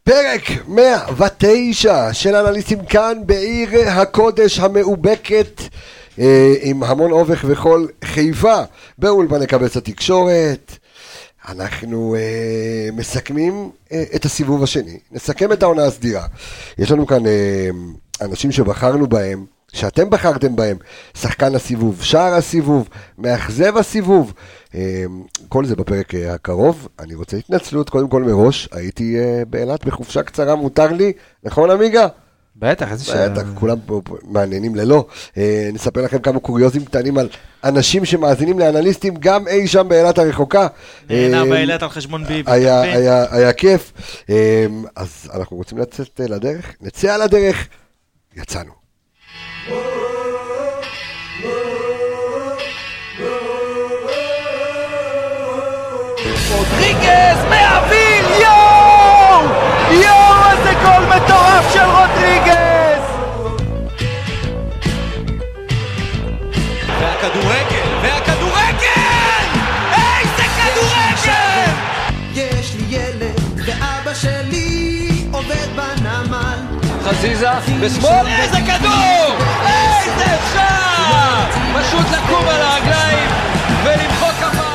פרק 109 של אנליסטים כאן בעיר הקודש המאובקת עם המון אובך וכל חיפה באולפני קבץ התקשורת. אנחנו מסכמים את הסיבוב השני, נסכם את העונה הסדירה. יש לנו כאן אנשים שבחרנו בהם, שאתם בחרתם בהם, שחקן הסיבוב, שער הסיבוב, מאכזב הסיבוב, כל זה בפרק הקרוב. אני רוצה התנצלות, קודם כל מראש, הייתי באילת בחופשה קצרה, מותר לי, נכון אמיגה? בטח, איזה שאלה. בטח, כולם פה מעניינים ללא. נספר לכם כמה קוריוזים קטנים על אנשים שמאזינים לאנליסטים, גם אי שם באילת הרחוקה. נהנה באילת על חשבון ביבי. היה כיף. אז אנחנו רוצים לצאת לדרך, נצא על הדרך, יצאנו. רודריגז מהוויל, יואו! יואו, איזה גול מטורף של רודריגז! והכדורגל! איזה כדורגל! יש לי ילד ואבא שלי עובד בנמל. חזיזה בשמאל, איזה כדור! איזה אפשר! פשוט לקום על הרגליים ולמחוא כפיים.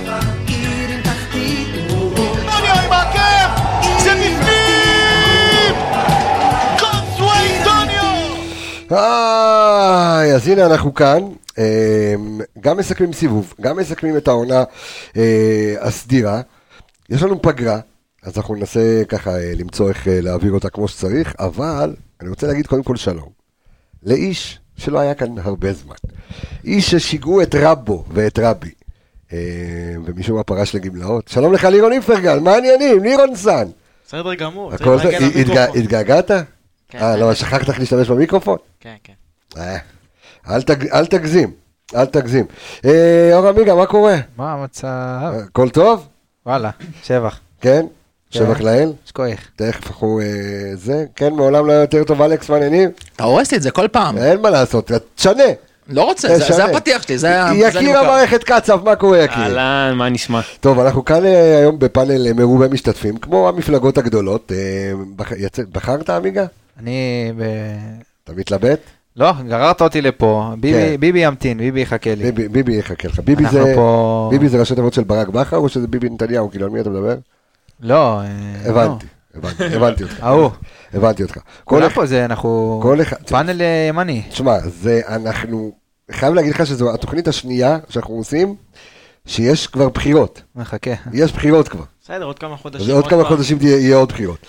טוניו עם העקב! זה בפנים! קונסווי טוניו! אז הנה אנחנו כאן, גם מסכמים סיבוב, גם מסכמים את העונה הסדירה. יש לנו פגרה, אז אנחנו ננסה ככה למצוא איך להעביר אותה כמו שצריך, אבל אני רוצה להגיד קודם כל שלום לאיש שלא היה כאן הרבה זמן, איש ששיגעו את רבו ואת רבי, ומשום מה פרש לגמלאות. שלום לך לירון איפרגל, מה העניינים? לירון סן. בסדר גמור. התגעגעת? לא, שכחת לך להשתמש במיקרופון? כן, כן. אל תגזים, אל תגזים. אור אמיגה, מה קורה? מה המצב? הכל טוב? וואלה, שבח. כן? שבח לאל? שכוח. תכף אנחנו זה, כן, מעולם לא יותר טוב אלכס מעניינים. אתה הורס לי את זה כל פעם. אין מה לעשות, תשנה. לא רוצה, זה הפתיח שלי, זה יקיר המערכת קצב, מה קורה יקיר? אהלן, מה נשמע? טוב, אנחנו כאן היום בפאנל מרובה משתתפים, כמו המפלגות הגדולות. בחרת אמיגה? אני אתה מתלבט? לא, גררת אותי לפה, ביבי ימתין, ביבי יחכה לי. ביבי יחכה לך. ביבי זה ראשי תיבות של ברק בכר, או שזה ביבי נתניהו? כאילו, על מי אתה מדבר? לא. הבנתי אותך. הבנתי אותך. כולה פה זה, אנחנו פאנל ימני. תשמע, אנחנו חייב להגיד לך שזו התוכנית השנייה שאנחנו עושים, שיש כבר בחירות. מחכה. יש בחירות כבר. בסדר, עוד כמה חודשים. עוד כמה חודשים יהיה עוד בחירות.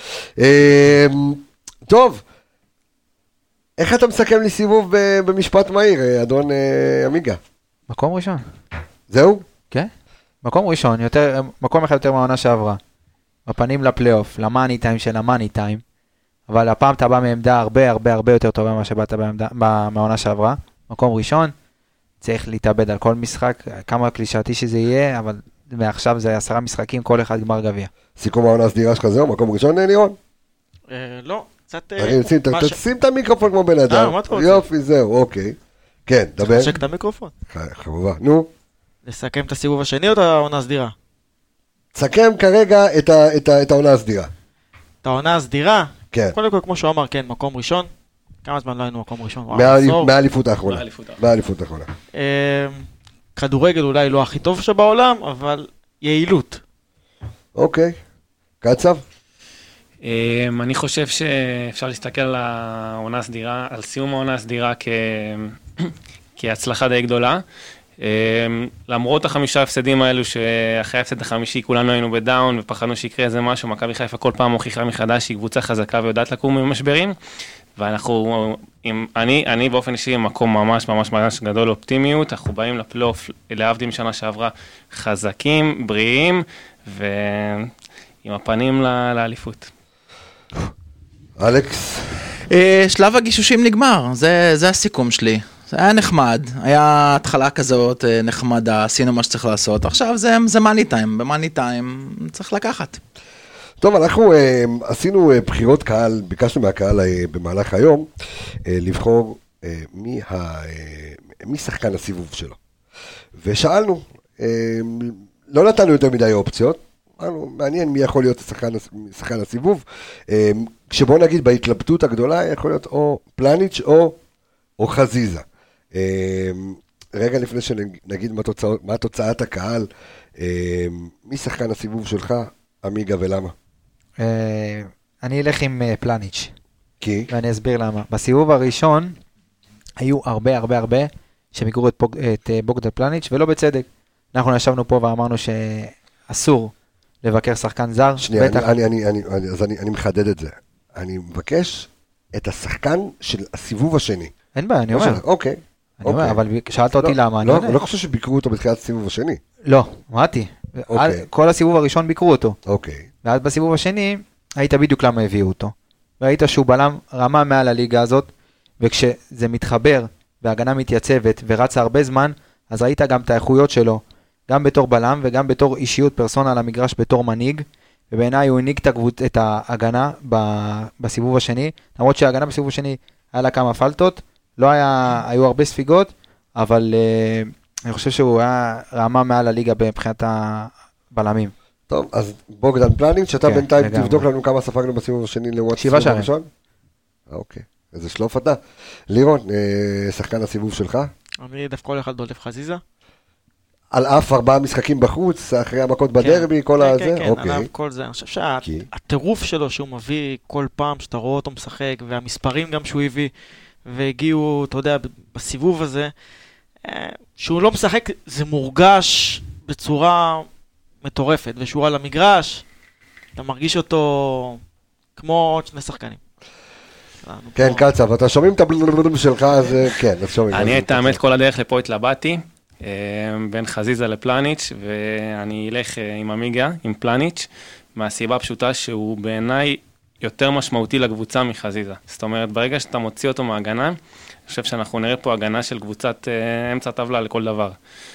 טוב. איך אתה מסכם לי סיבוב במשפט מהיר, אדון אמיגה? מקום ראשון. זהו? כן. מקום ראשון, מקום אחד יותר מהעונה שעברה. בפנים לפלייאוף, למאני טיים של המאני טיים. אבל הפעם אתה בא מעמדה הרבה יותר טובה ממה שבאת מהעונה שעברה. מקום ראשון, צריך להתאבד על כל משחק, כמה קלישאתי שזה יהיה, אבל מעכשיו זה 10 משחקים, כל אחד גמר גביע. סיכום העונה הסדירה שלך זהו, מקום ראשון לירון? לא. תשים את המיקרופון כמו בן אדם. יופי, זהו, אוקיי. כן, דבר. תחשק את המיקרופון. חבובה, נו. לסכם את הסיבוב השני או את העונה הסדירה? תסכם כרגע את העונה הסדירה. את העונה הסדירה? כן. קודם כל, כמו שהוא אמר, כן, מקום ראשון. כמה זמן לא היינו מקום ראשון? מהאליפות האחרונה. מהאליפות האחרונה. כדורגל אולי לא הכי טוב שבעולם, אבל יעילות. אוקיי. קצב? אני חושב שאפשר להסתכל על העונה הסדירה, על סיום העונה הסדירה כהצלחה די גדולה. למרות 5 הפסדים האלו, שאחרי ההפסד החמישי כולנו היינו בדאון ופחדנו שיקרה איזה משהו, מכבי חיפה כל פעם מוכיחה מחדש שהיא קבוצה חזקה ויודעת לקום ממשברים, ואנחנו, אני באופן אישי מקום ממש גדול אופטימיות, אנחנו באים לפלייאוף להבדיל משנה שעברה חזקים, בריאים, ועם הפנים לאליפות. אלכס? שלב הגישושים נגמר, זה הסיכום שלי. זה היה נחמד, היה התחלה כזאת נחמדה, עשינו מה שצריך לעשות, עכשיו זה מאני טיים, במאני טיים צריך לקחת. טוב, אנחנו עשינו בחירות קהל, ביקשנו מהקהל במהלך היום, לבחור מי שחקן הסיבוב שלו. ושאלנו, לא נתנו יותר מדי אופציות, מעניין מי יכול להיות שחקן הסיבוב. כשבוא נגיד בהתלבטות הגדולה, יכול להיות או פלניץ' או חזיזה. רגע לפני שנגיד מה תוצאת הקהל, מי שחקן הסיבוב שלך, עמיגה, ולמה? אני אלך עם פלניץ'. כי? ואני אסביר למה. בסיבוב הראשון, היו הרבה שביקרו את בוגדן פלניץ', ולא בצדק. אנחנו ישבנו פה ואמרנו שאסור לבקר שחקן זר. שנייה, אז אני מחדד את זה. אני מבקש את השחקן של הסיבוב השני. אין בעיה, אני אומר. אוקיי. אני אומר, אבל שאלת אותי למה. לא חושב שביקרו אותו בתחילת הסיבוב השני. לא, אמרתי. כל הסיבוב הראשון ביקרו אותו. אוקיי. ואז בסיבוב השני, היית בדיוק למה הביאו אותו. והיית שהוא בלם רמה מעל הליגה הזאת, וכשזה מתחבר, וההגנה מתייצבת, ורצה הרבה זמן, אז ראית גם את האיכויות שלו, גם בתור בלם, וגם בתור אישיות פרסונה על המגרש בתור מנהיג, ובעיניי הוא הנהיג את ההגנה בסיבוב השני, למרות שההגנה בסיבוב השני היה לה כמה פלטות, היו הרבה ספיגות, אבל אני חושב שהוא היה רמה מעל הליגה מבחינת הבלמים. טוב, אז בוגדן פלניץ', שאתה בינתיים תבדוק לנו כמה ספגנו בסיבוב השני לעומת הסיבוב הראשון? אוקיי, איזה שלוף אתה. לירון, שחקן הסיבוב שלך? אני דווקא כל אחד דולף חזיזה. על אף 4 משחקים בחוץ, אחרי המכות בדרבי, כל הזה? כן, על אף כל זה. אני חושב שהטירוף שלו שהוא מביא כל פעם שאתה רואה אותו משחק, והמספרים גם שהוא הביא, והגיעו, אתה יודע, בסיבוב הזה, שהוא לא משחק, זה מורגש בצורה מטורפת, ושהוא על המגרש, אתה מרגיש אותו כמו עוד 2 שחקנים. כן, קצב, אתה שומעים את הבלבלבלבל שלך, אז כן, אז שומעים. אני אתאמת כל הדרך לפה התלבטתי, בין חזיזה לפלניץ', ואני אלך עם עמיגה, עם פלניץ', מהסיבה הפשוטה שהוא בעיניי יותר משמעותי לקבוצה מחזיזה. זאת אומרת, ברגע שאתה מוציא אותו מההגנה, אני חושב שאנחנו נראה פה הגנה של קבוצת אמצע טבלה לכל דבר.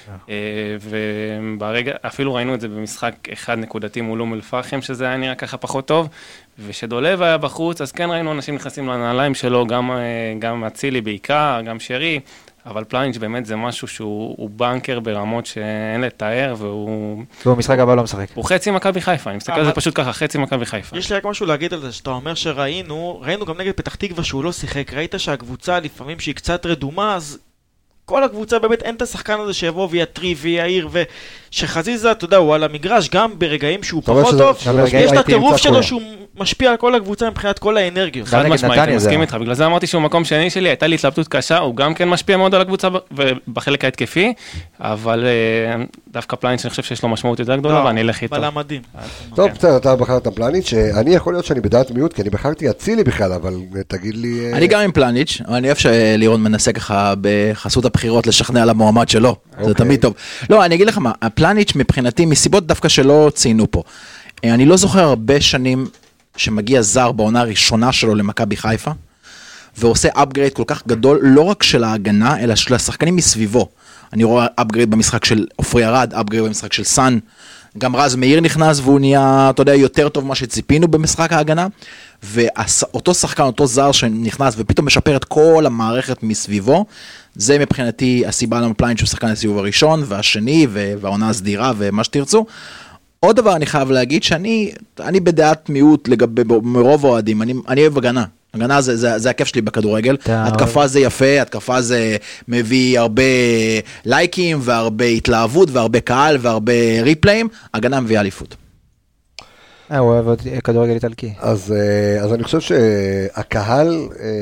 וברגע, אפילו ראינו את זה במשחק אחד נקודתי מול אום אל-פחם, שזה היה נראה ככה פחות טוב, ושדולב היה בחוץ, אז כן ראינו אנשים נכנסים לנעליים שלו, גם אצילי בעיקר, גם שרי, אבל פלניץ' באמת זה משהו שהוא בנקר ברמות שאין לתאר, והוא משחק הבא לא משחק. הוא חצי מכבי חיפה, אני מסתכל על זה פשוט ככה, חצי מכבי חיפה. יש לי רק משהו להגיד על זה, שאתה אומר שראינו גם נגד פתח תקווה שהוא לא שיחק, ראית שהקבוצה לפעמים שהיא קצת רדומה, אז כל הקבוצה באמת אין את השחקן הזה שיבוא ויטרי ויעיר, ושחזיזה, אתה יודע, הוא על המגרש, גם ברגעים שהוא פחות טוב, יש את הטירוף שלו שהוא משפיע על כל הקבוצה מבחינת כל האנרגיות. חד משמעית, אני מסכים איתך, בגלל זה אמרתי שהוא מקום שני שלי, הייתה לי התלבטות קשה, הוא גם כן משפיע מאוד על הקבוצה בחלק ההתקפי, אבל דווקא פלניץ' אני חושב שיש לו משמעות יותר גדולה, ואני אלך איתו. בלם מדהים. טוב, בסדר, אתה בחרת פלניץ', שאני יכול להיות שאני בדעת מיעוט, כי אני בחרתי אצילי בכלל, אבל תגיד לי... אני גם עם פלניץ', אבל אני אוהב שלירון מנסה ככה בחסות הבחירות לשכנע על המועמד שלו, זה תמיד טוב. לא, אני אגיד לך מה, הפלניץ' מבחינתי, מסיבות דווקא שלא ציינו פה. אני לא זוכר הרבה שנים שמגיע זר בעונה הראשונה שלו למכבי חיפה, ועושה אפגרייד כל כך גדול, לא רק של ההגנה, אלא של השחקנים מסביבו. אני רואה אפגרייד במשחק של עופרי ארד, אפגרייד במשחק של סן, גם רז מאיר נכנס, והוא נהיה, אתה יודע, יותר טוב מה שציפינו במשחק ההגנה, ואותו שחקן, אותו זר שנכנס, ופתאום משפר את כל המערכת מסביבו, זה מבחינתי הסיבה למפליין שהוא שחקן הסיבוב הראשון, והשני, והעונה הסדירה, ומה שתרצו. עוד דבר אני חייב להגיד, שאני בדעת מיעוט מרוב אוהדים, אני אוהב הגנה. הגנה זה הכיף שלי בכדורגל, התקפה זה יפה, התקפה זה מביא הרבה לייקים, והרבה התלהבות, והרבה קהל, והרבה ריפליים, הגנה מביאה אליפות. הוא אוהב כדורגל איטלקי. אז אני חושב שהקהל,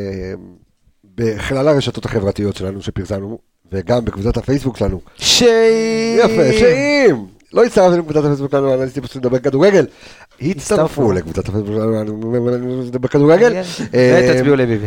בכלל הרשתות החברתיות שלנו שפרסמנו, וגם בקבוצת הפייסבוק שלנו, יפה, שאים! לא הצטרפתם לקבוצת הפייסבוק שלנו, אני פשוט לדבר כדורגל, הצטרפו לקבוצת הפייסבוק שלנו לדבר כדורגל. ותצביעו לביבי.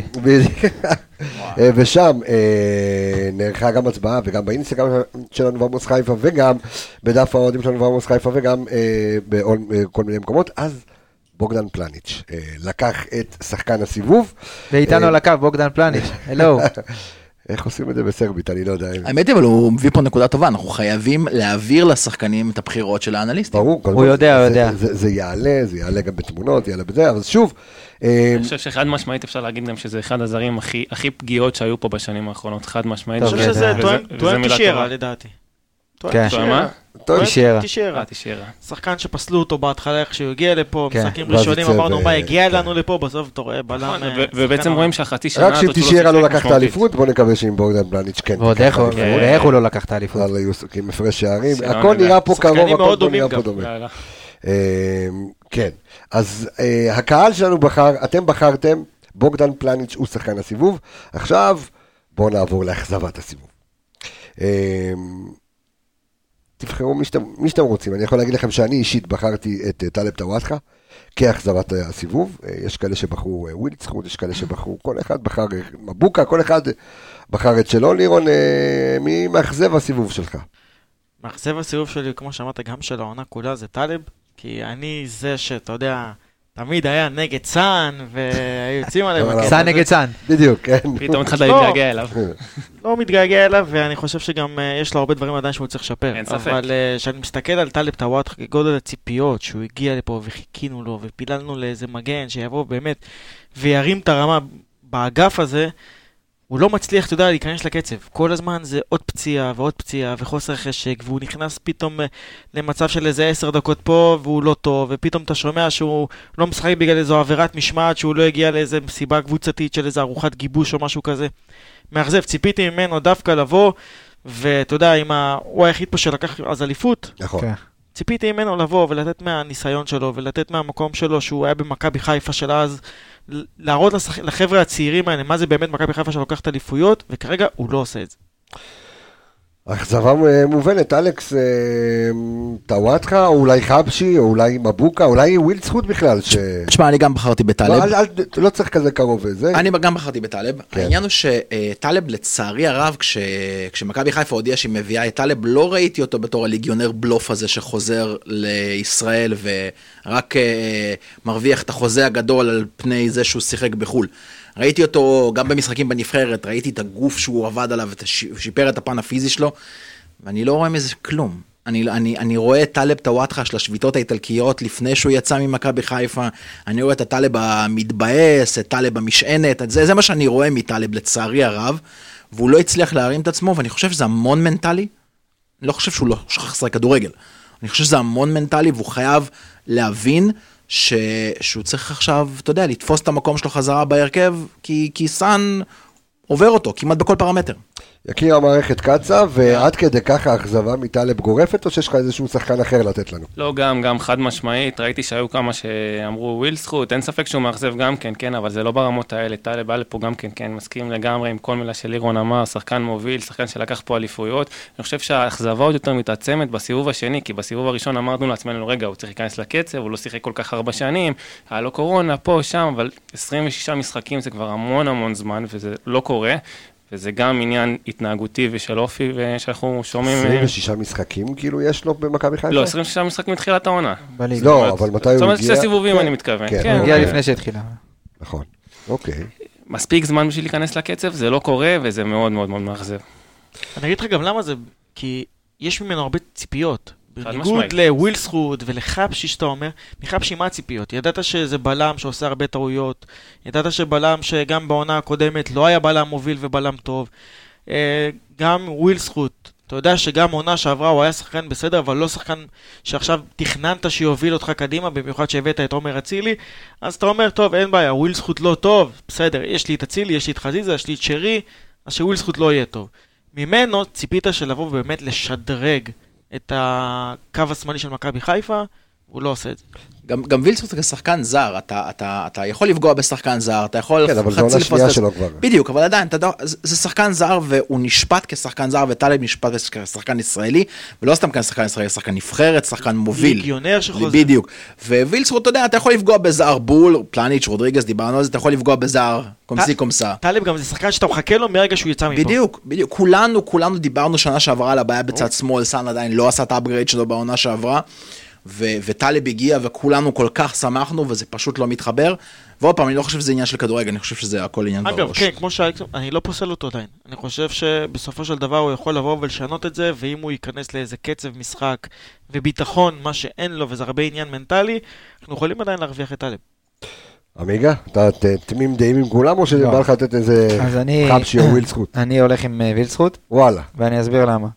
ושם נערכה גם הצבעה, וגם באינסטגרם שלנו ועמוס חיפה, וגם בדף האוהדים שלנו ועמוס חיפה, וגם בכל מיני מקומות. אז בוגדן פלניץ' לקח את שחקן הסיבוב. ואיתנו על הקו, בוגדן פלניץ', הלו. איך עושים את זה בסרבית, אני לא יודע. האמת היא, אבל הוא מביא פה נקודה טובה, אנחנו חייבים להעביר לשחקנים את הבחירות של האנליסטים. ברור, הוא יודע. זה יעלה גם בתמונות, יעלה בזה, אבל שוב. אני חושב שחד משמעית אפשר להגיד גם שזה אחד הזרים הכי פגיעות שהיו פה בשנים האחרונות, חד משמעית. אני חושב שזה טוען תשיירה לדעתי. כן. תישארה. תישארה. שחקן שפסלו אותו בהתחלה איך שהוא הגיע לפה, כן. משחקים ראשונים אמרנו מה הגיע לנו לפה, בסוף אתה רואה בלם. ובעצם רואים שהחצי שנה... רק שאם תישארה לא לקח את האליפות, בוא נקווה שעם בוגדן פלניץ' כן. ועוד איך הוא לא לקח את האליפות. עם הפרש שערים, הכל נראה פה קרוב, הכל נראה פה דומה. כן, אז הקהל שלנו בחר, אתם בחרתם, בוגדן פלניץ' הוא שחקן הסיבוב, עכשיו בואו נעבור לאכזבת הסיבוב. תבחרו מי שאתם רוצים, אני יכול להגיד לכם שאני אישית בחרתי את טלב טוואטחה כאכזבת הסיבוב, יש כאלה שבחרו ווילדסחוט, יש כאלה שבחרו, כל אחד בחר מבוקה, כל אחד בחר את שלו. לירון, מי מאכזב הסיבוב שלך? מאכזב הסיבוב שלי, כמו שאמרת, גם של העונה כולה זה טלב, כי אני זה שאתה יודע, תמיד היה נגד סאן, והיו יוצאים עליהם. סאן נגד סאן. בדיוק, כן. פתאום התחלת להתגעגע אליו. לא מתגעגע אליו, ואני חושב שגם יש לו הרבה דברים עדיין שהוא צריך לשפר. אין ספק. אבל כשאני מסתכל על טלב טוואטחה, גודל הציפיות שהוא הגיע לפה וחיכינו לו, ופיללנו לאיזה מגן שיבוא באמת וירים את הרמה באגף הזה, הוא לא מצליח, אתה יודע, להיכנס לקצב. כל הזמן זה עוד פציעה ועוד פציעה וחוסר חשק, והוא נכנס פתאום למצב של איזה 10 דקות פה, והוא לא טוב, ופתאום אתה שומע שהוא לא משחק בגלל איזו עבירת משמעת, שהוא לא הגיע לאיזו מסיבה קבוצתית של איזו ארוחת גיבוש או משהו כזה. מאכזב, ציפיתי ממנו דווקא לבוא, ואתה יודע, הוא היחיד פה שלקח אז אליפות. נכון. ציפיתי ממנו לבוא ולתת מהניסיון שלו, ולתת מהמקום שלו, שהוא היה במכבי חיפה של אז, להראות לחבר'ה הצעירים האלה, מה זה באמת מכבי חיפה שלוקח את אליפויות, וכרגע הוא לא עושה את זה. אכזבה מובנת, אלכס, טוואטחה, או אולי חבשי, או אולי מבוקה, אולי ווילדסחוט בכלל. תשמע, אני גם בחרתי בטלב. לא צריך כזה קרוב וזה. אני גם בחרתי בטלב. העניין הוא שטלב, לצערי הרב, כשמכבי חיפה הודיעה שהיא מביאה את טלב, לא ראיתי אותו בתור הליגיונר בלוף הזה שחוזר לישראל, ורק מרוויח את החוזה הגדול על פני זה שהוא שיחק בחול. ראיתי אותו גם במשחקים בנבחרת, ראיתי את הגוף שהוא עבד עליו, שיפר את הפן הפיזי שלו, ואני לא רואה מזה כלום. אני רואה את טלב טוואטחה של השביתות האיטלקיות לפני שהוא יצא ממכבי חיפה, אני רואה את הטלב המתבאס, את טלב המשענת, זה מה שאני רואה מטלב לצערי הרב, והוא לא הצליח להרים את עצמו, ואני חושב שזה המון מנטלי, אני לא חושב שהוא לא שכח לשחק כדורגל, אני חושב שזה המון מנטלי, והוא חייב להבין שהוא צריך עכשיו, אתה יודע, לתפוס את המקום שלו חזרה בהרכב, כי סאן עובר אותו, כמעט בכל פרמטר. יקיר המערכת קצה, ועד כדי ככה אכזבה מטלב גורפת, או שיש לך איזשהו שחקן אחר לתת לנו? לא, גם חד משמעית, ראיתי שהיו כמה שאמרו ווילדסחוט, אין ספק שהוא מאכזב גם כן, אבל זה לא ברמות האלה, טלב בא לפה גם כן, מסכים לגמרי עם כל מילה של לירון אמר, שחקן מוביל, שחקן שלקח פה אליפויות, אני חושב שהאכזבה עוד יותר מתעצמת בסיבוב השני, כי בסיבוב הראשון אמרנו לעצמנו, רגע, הוא צריך להיכנס לקצב, הוא לא שיחק כל כך 4 שנים, היה לו קורונה, פה, שם, אבל 26 משחקים זה כבר המון זמן, וזה לא קורה. וזה גם עניין התנהגותי ושל אופי, ושאנחנו שומעים... 26 משחקים כאילו יש לו במכבי חיפה? לא, 26 משחקים מתחילת העונה. לא, אבל מתי הוא הגיע? זאת אומרת שתי סיבובים אני מתכוון. הוא הגיע לפני שהתחילה. נכון, אוקיי. מספיק זמן בשביל להיכנס לקצב, זה לא קורה, וזה מאוד מאוד מאוד מאכזב. אני אגיד לך גם למה זה, כי יש ממנו הרבה ציפיות. בניגוד לווילדסחוט ולחבשי שאתה אומר, מחבשי מה הציפיות? ידעת שזה בלם שעושה הרבה טעויות, ידעת שבלם שגם בעונה הקודמת לא היה בלם מוביל ובלם טוב, גם ווילדסחוט, אתה יודע שגם עונה שעברה הוא היה שחקן בסדר, אבל לא שחקן שעכשיו תכננת שיוביל אותך קדימה, במיוחד שהבאת את עומר אצילי, אז אתה אומר, טוב, אין בעיה, ווילדסחוט לא טוב, בסדר, יש לי את אצילי, יש לי את חזיזה, יש לי את שרי, אז שווילדסחוט לא יהיה טוב. ממנו ציפית שלבוא באמת לשדרג את הקו השמאלי של מכבי חיפה, הוא לא עושה את זה. גם ווילדסחוט כשחקן זר, אתה יכול לפגוע בשחקן זר, אתה יכול... כן, אבל זו עונה שנייה שלו כבר. בדיוק, אבל עדיין, זה שחקן זר, והוא נשפט כשחקן זר, וטלב נשפט כשחקן ישראלי, ולא סתם כאן שחקן ישראלי, שחקן נבחרת, שחקן מוביל. ליגיונר שחוזר. בדיוק. ווילדסחוט, אתה יודע, אתה יכול לפגוע בזר בול, פלניץ', רודריגז, דיברנו על זה, אתה יכול לפגוע בזר, קומסי קומסה. טלב גם זה שחקן שאתה מחכה לו מרגע שהוא יצא מפה. בדיוק. כולנו דיברנו שנה שעברה על הבעיה בצד שמאל, סאן עדיין לא עשה את האפגרייד שלו בעונה שעברה. וטלב הגיע וכולנו כל כך שמחנו וזה פשוט לא מתחבר, ועוד פעם אני לא חושב שזה עניין של כדורגל, אני חושב שזה הכל עניין בראש. אגב, כן, כמו שאלכס, אני לא פוסל אותו עדיין, אני חושב שבסופו של דבר הוא יכול לבוא ולשנות את זה, ואם הוא ייכנס לאיזה קצב משחק וביטחון, מה שאין לו וזה הרבה עניין מנטלי, אנחנו יכולים עדיין להרוויח את טלב. עמיגה, אתה תמים דעים עם כולם או שבא לך לתת איזה חבשי או ווילדסחוט? אני הולך עם ווילדסחוט. וואלה. ואני אסביר למה.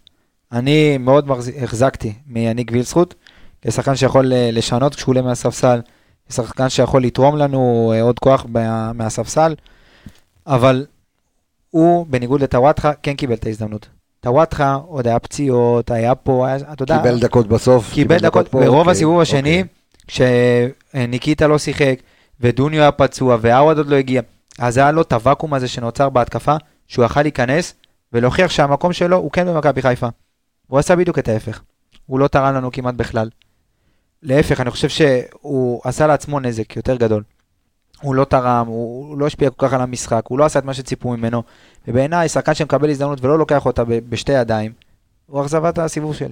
אני מאוד החזקתי מיניק וילסחוט, כשחקן שיכול לשנות כשהוא עולה מהספסל, כשחקן שיכול לתרום לנו עוד כוח מהספסל, אבל הוא, בניגוד לטוואטחה, כן קיבל את ההזדמנות. טוואטחה עוד היה פציעות, היה פה, אתה יודע... קיבל דקות בסוף. קיבל דקות ברוב הסיבוב השני, כשניקיטה לא שיחק, ודוניו היה פצוע, והאווד עוד לא הגיע. אז היה לו את הוואקום הזה שנוצר בהתקפה, שהוא יכל להיכנס, ולהוכיח שהמקום שלו הוא כן במכבי חיפה. הוא עשה בדיוק את ההפך. הוא לא תרם לנו כמעט בכלל. להפך, אני חושב שהוא עשה לעצמו נזק יותר גדול. הוא לא תרם, הוא לא השפיע כל כך על המשחק, הוא לא עשה את מה שציפו ממנו, ובעיניי, שחקן שמקבל הזדמנות ולא לוקח אותה בשתי ידיים, הוא אכזבת הסיבוב שלי.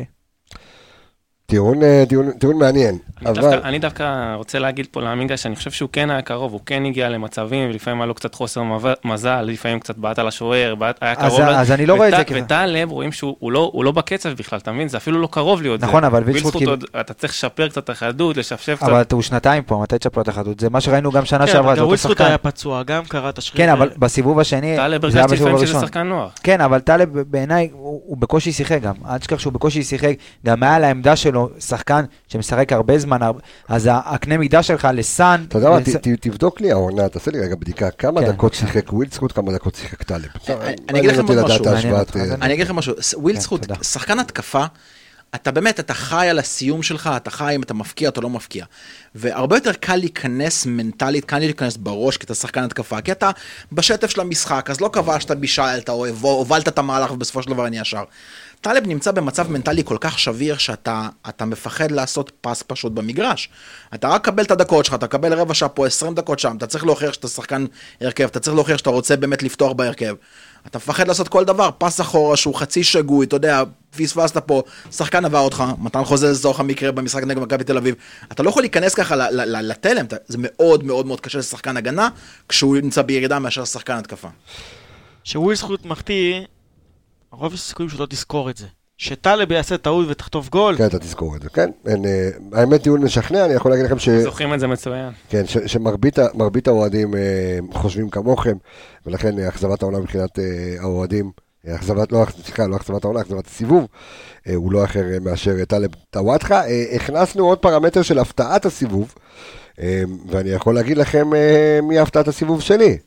טיעון מעניין. אני דווקא רוצה להגיד פה לאמינגה שאני חושב שהוא כן היה קרוב, הוא כן הגיע למצבים, ולפעמים היה לו קצת חוסר מזל, לפעמים קצת בעט על השוער, היה קרוב. אז אני לא רואה את זה ככה. וטלב רואים שהוא לא בקצב בכלל, אתה מבין? זה אפילו לא קרוב להיות זה. נכון, אבל וילסחוט אתה צריך לשפר קצת את החדות, לשפשף קצת. אבל הוא שנתיים פה, מתי תשפר את החדות? זה מה שראינו גם שנה שעברה, זה אותו שחקן. היה פצוע, גם קרא את השריר. כן, אבל בסיבוב השני, זה היה בסיבוב הראשון. כן, אבל טלב בעיניי הוא בקושי שיחק גם. עד שכך שהוא בקושי שיחק, גם היה לעמדה שלו שחקן שמשחק הרבה זמן, אז הקנה מידה שלך לסן... אתה יודע מה, תבדוק לי העונה, תעשה לי רגע בדיקה, כמה דקות שיחק ווילסחוט, כמה דקות שיחק טלב. אני אגיד לכם משהו, ווילסחוט, שחקן התקפה, אתה באמת, אתה חי על הסיום שלך, אתה חי אם אתה מפקיע, אתה לא מפקיע. והרבה יותר קל להיכנס מנטלית, קל להיכנס בראש, כי אתה שחקן התקפה, כי אתה בשטף של המשחק, אז לא כבשת, בישלת, או הובלת את המהלך, ובסופו של דבר אני ישר. טלב נמצא במצב מנטלי כל כך שביר, שאתה מפחד לעשות פס פשוט במגרש. אתה רק קבל את הדקות שלך, אתה קבל רבע שעה פה, 20 דקות שם, אתה צריך להוכיח שאתה שחקן הרכב, אתה צריך להוכיח שאתה רוצה באמת לפתוח בהרכב. אתה מפחד לעשות כל דבר, פס אחורה שהוא חצי שגוי, אתה יודע, פספסת פה, שחקן עבר אותך, מתן חוזה לצורך המקרה במשחק נגד מכבי תל אביב. אתה לא יכול להיכנס ככה לתלם, זה מאוד מאוד מאוד קשה לשחקן הגנה, כשהוא נמצא בירידה מאשר שחקן התקפה. שווילסחוט מחטיא, הרוב יש סיכויים שלא תזכור את זה. שטלב יעשה טעות ותכתוב גול. כן, אתה תזכור את זה, כן. האמת טיעון משכנע, אני יכול להגיד לכם זוכרים את זה מצוין. כן, שמרבית האוהדים חושבים כמוכם, ולכן אכזבת העונה מבחינת האוהדים, לא אכזבת העונה, אכזבת הסיבוב, הוא לא אחר מאשר טלב טוואטחה. הכנסנו עוד פרמטר של הפתעת הסיבוב, ואני יכול להגיד לכם מי הפתעת הסיבוב שלי.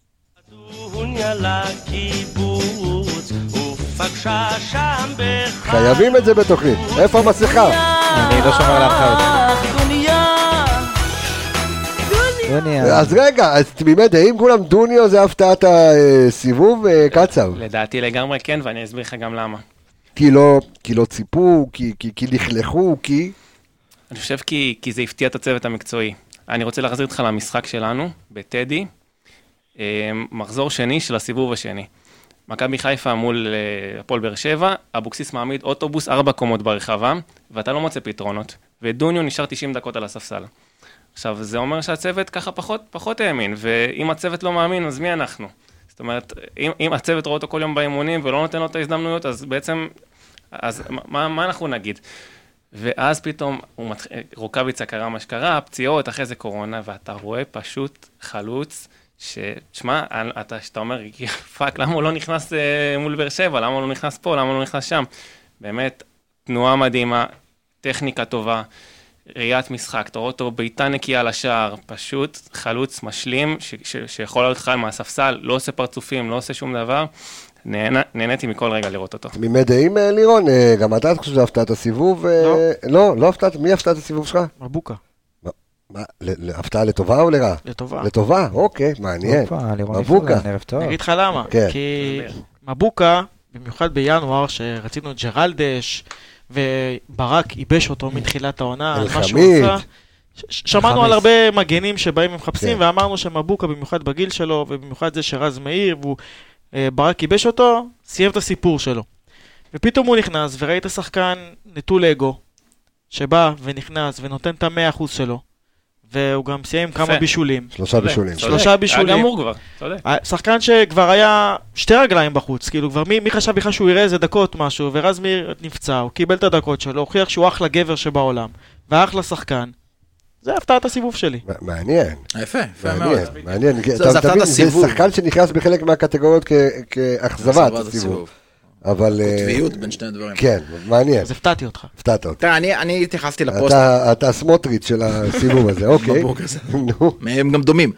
חייבים את זה בתוכנית. איפה המסכה? אני לא שומר להנחיות. אז רגע, אז תמימי דעים כולם, דוניו זה הפתעת הסיבוב, קצב. לדעתי לגמרי כן, ואני אסביר לך גם למה. כי לא ציפו, כי לכלכו, כי... אני חושב כי זה הפתיע את הצוות המקצועי. אני רוצה להחזיר אותך למשחק שלנו, בטדי, מחזור שני של הסיבוב השני. מכבי חיפה מול הפועל באר שבע, אבוקסיס מעמיד אוטובוס 4 קומות ברחבה, ואתה לא מוצא פתרונות. ודוניו נשאר 90 דקות על הספסל. עכשיו, זה אומר שהצוות ככה פחות האמין, ואם הצוות לא מאמין, אז מי אנחנו? זאת אומרת, אם הצוות רואה אותו כל יום באימונים ולא נותן לו את ההזדמנויות, אז בעצם, מה אנחנו נגיד? ואז פתאום רוקאביצה קרה מה שקרה, פציעות, אחרי זה קורונה, ואתה רואה פשוט חלוץ, ששמע, שאתה אומר, פאק, למה הוא לא נכנס מול באר שבע? למה הוא לא נכנס פה? למה הוא לא נכנס שם? באמת, תנועה מדהימה, טכניקה טובה, ראיית משחק, אתה רואה אותו בעיטה נקייה לשער, פשוט חלוץ משלים, שיכול להיות חי מהספסל, לא עושה פרצופים, לא עושה שום דבר, נהניתי מכל רגע לראות אותו. תמימי דעים, לירון, גם אתה חושב שהפתעת הסיבוב? לא הפתעת, מי הפתעת הסיבוב שלך? מבוקה. הפתעה לטובה או לרעה? לטובה. לטובה, אוקיי, מעניין. מבוקה. אני אגיד לך למה, כי מבוקה, במיוחד בינואר, שרצינו ג'רלדש, וברק ייבש אותו מתחילת העונה, על מה שהוא עשה. שמענו על הרבה מגנים שבאים ומחפשים, ואמרנו שמבוקה, במיוחד בגיל שלו, ובמיוחד זה שרז מאיר, וברק ייבש אותו, סיים את הסיפור שלו. ופתאום הוא נכנס, וראית שחקן נטול אגו, שבא ונכנס ונותן את 100% שלו, והוא גם סיים כמה בישולים. 3 בישולים. 3 בישולים. היה גמור כבר, צודק. שחקן שכבר היה 2 רגליים בחוץ, כאילו כבר מי חשב בכלל שהוא יראה איזה דקות משהו, ורז מאיר נפצע, הוא קיבל את הדקות שלו, הוכיח שהוא אחלה גבר שבעולם, ואחלה שחקן. זה הפתעת הסיבוב שלי. מעניין. יפה, יפה מאוד. מעניין. זה שחקן שנכנס בחלק מהקטגוריות כאכזבת הסיבוב. אבל... קוטביות בין שני הדברים. כן, מעניין. אז הפתעתי אותך. הפתעת אותי. תראה, אני התייחסתי לפוסט. אתה סמוטריץ' של הסיבוב הזה, אוקיי. מבוק הזה. הם גם דומים.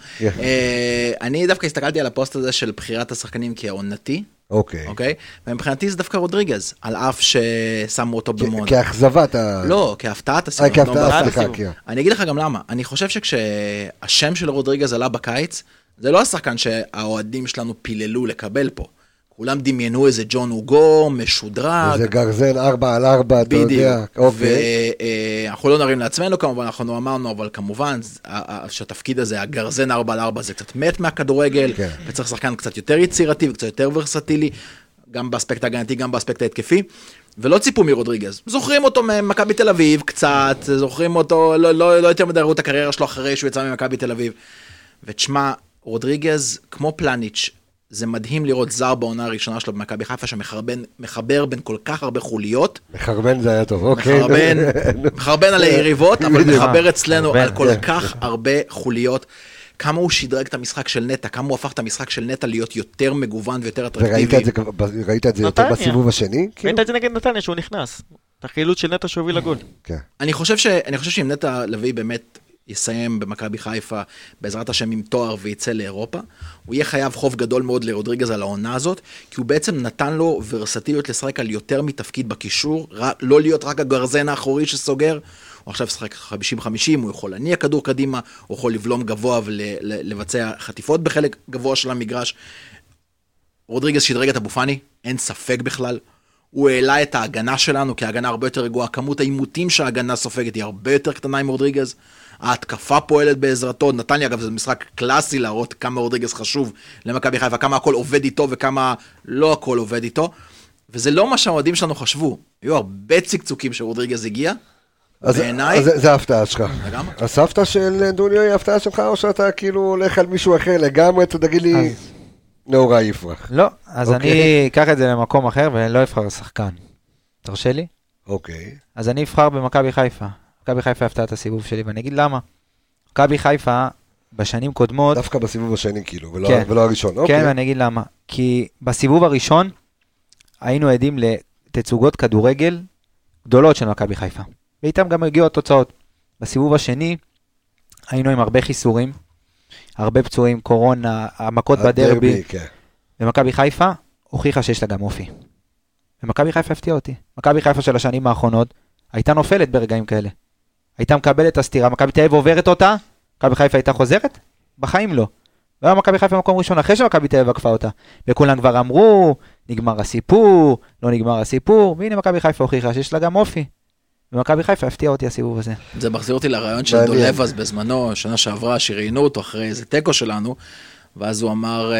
אני דווקא הסתכלתי על הפוסט הזה של בחירת השחקנים כעונתי. אוקיי? ומבחינתי זה דווקא רודריגז, על אף ששמו אותו במון. כאכזבת לא, כהפתעת הסיבוב. אני אגיד לך גם למה. אני חושב שכשהשם של רודריגז עלה בקיץ, זה לא השחקן שהאוהדים שלנו פיללו לקבל פה. כולם דמיינו איזה ג'ון אוגו, משודרג. איזה גרזן 4-4, אתה יודע. אנחנו לא נרים לעצמנו כמובן, אנחנו אמרנו, אבל כמובן שהתפקיד הזה, הגרזן 4-4, זה קצת מת מהכדורגל, וצריך שחקן קצת יותר יצירתי וקצת יותר ורסטילי, גם באספקט הגנתי, גם באספקט ההתקפי, ולא ציפו מרודריגז. זוכרים אותו ממכבי תל אביב קצת, זוכרים אותו, לא יותר מדי ראו את הקריירה שלו אחרי שהוא יצא ממכבי תל אביב. ותשמע, רודריגז, כמו פלניץ', זה מדהים לראות זר בעונה הראשונה שלו במכבי חיפה, שמחבר בין כל כך הרבה חוליות. מחרבן זה היה טוב, אוקיי. מחרבן על היריבות, אבל מחבר אצלנו על כל כך הרבה חוליות. כמה הוא שדרג את המשחק של נטע, כמה הוא הפך את המשחק של נטע להיות יותר מגוון ויותר אטרקטיבי. וראית את זה יותר בסיבוב השני? ראית את זה נגד נתניה שהוא נכנס. את החילוץ של נטע שהוביל לגול. אני חושב שאם נטע לביא באמת יסיים במכבי חיפה בעזרת השם עם תואר ויצא לאירופה, הוא יהיה חייב חוב גדול מאוד לרודריגז על העונה הזאת, כי הוא בעצם נתן לו ורסטיליות לשחק על יותר מתפקיד בקישור, לא להיות רק הגרזן האחורי שסוגר, הוא עכשיו שחק 50-50, הוא יכול להניע כדור קדימה, הוא יכול לבלום גבוה ולבצע חטיפות בחלק גבוה של המגרש. רודריגז שדרג את אבו פאני, אין ספק בכלל, הוא העלה את ההגנה שלנו, כי ההגנה הרבה יותר רגועה, כמות האימותים שההגנה סופגת היא הרבה יותר קטנה עם רודריגז, ההתקפה פועלת בעזרתו, נתניה אגב זה משחק קלאסי להראות כמה רודריגז חשוב למכבי חיפה, כמה הכל עובד איתו וכמה לא הכל עובד איתו, וזה לא מה שהאוהדים שלנו חשבו, היו הרבה צקצוקים שרודריגז הגיע, בעיניי. זה ההפתעה שלך. הסבתא של דוניו היא ההפתעה שלך, או שאתה כאילו הולך על מישהו אחר לגמרי, תגיד לי, נאורה יפרח. לא, אז אני אקח את זה למקום אחר ולא אבחר שחקן. תרשה לי? אוקיי. אז אני אבחר במכבי חיפה. מכבי חיפה הפתעה את הסיבוב שלי, ואני אגיד למה. מכבי חיפה, בשנים קודמות... דווקא בסיבוב השני, כאילו, ולא הראשון. כן, ואני אגיד למה. כי בסיבוב הראשון, היינו עדים לתצוגות כדורגל גדולות של מכבי חיפה. ואיתם גם הגיעו התוצאות. בסיבוב השני, היינו עם הרבה חיסורים, הרבה פצועים, קורונה, המכות בדרבי. ומכבי חיפה הוכיחה שיש לה גם אופי. ומכבי חיפה הפתיעה אותי. מכבי חיפה של השנים האחרונות, הייתה נופלת ברגעים כאלה. הייתה מקבלת את הסתירה, מכבי תל אביב עוברת אותה, מכבי חיפה הייתה חוזרת? בחיים לא. והיום מכבי חיפה מקום ראשון, אחרי שמכבי תל אביב עקפה אותה. וכולם כבר אמרו, נגמר הסיפור, לא נגמר הסיפור, והנה מכבי חיפה הוכיחה שיש לה גם אופי. ומכבי חיפה הפתיע אותי הסיבוב הזה. זה מחזיר אותי לרעיון של דולבס בזמנו, שנה שעברה, שראיינו אותו אחרי איזה טקו שלנו, ואז הוא אמר,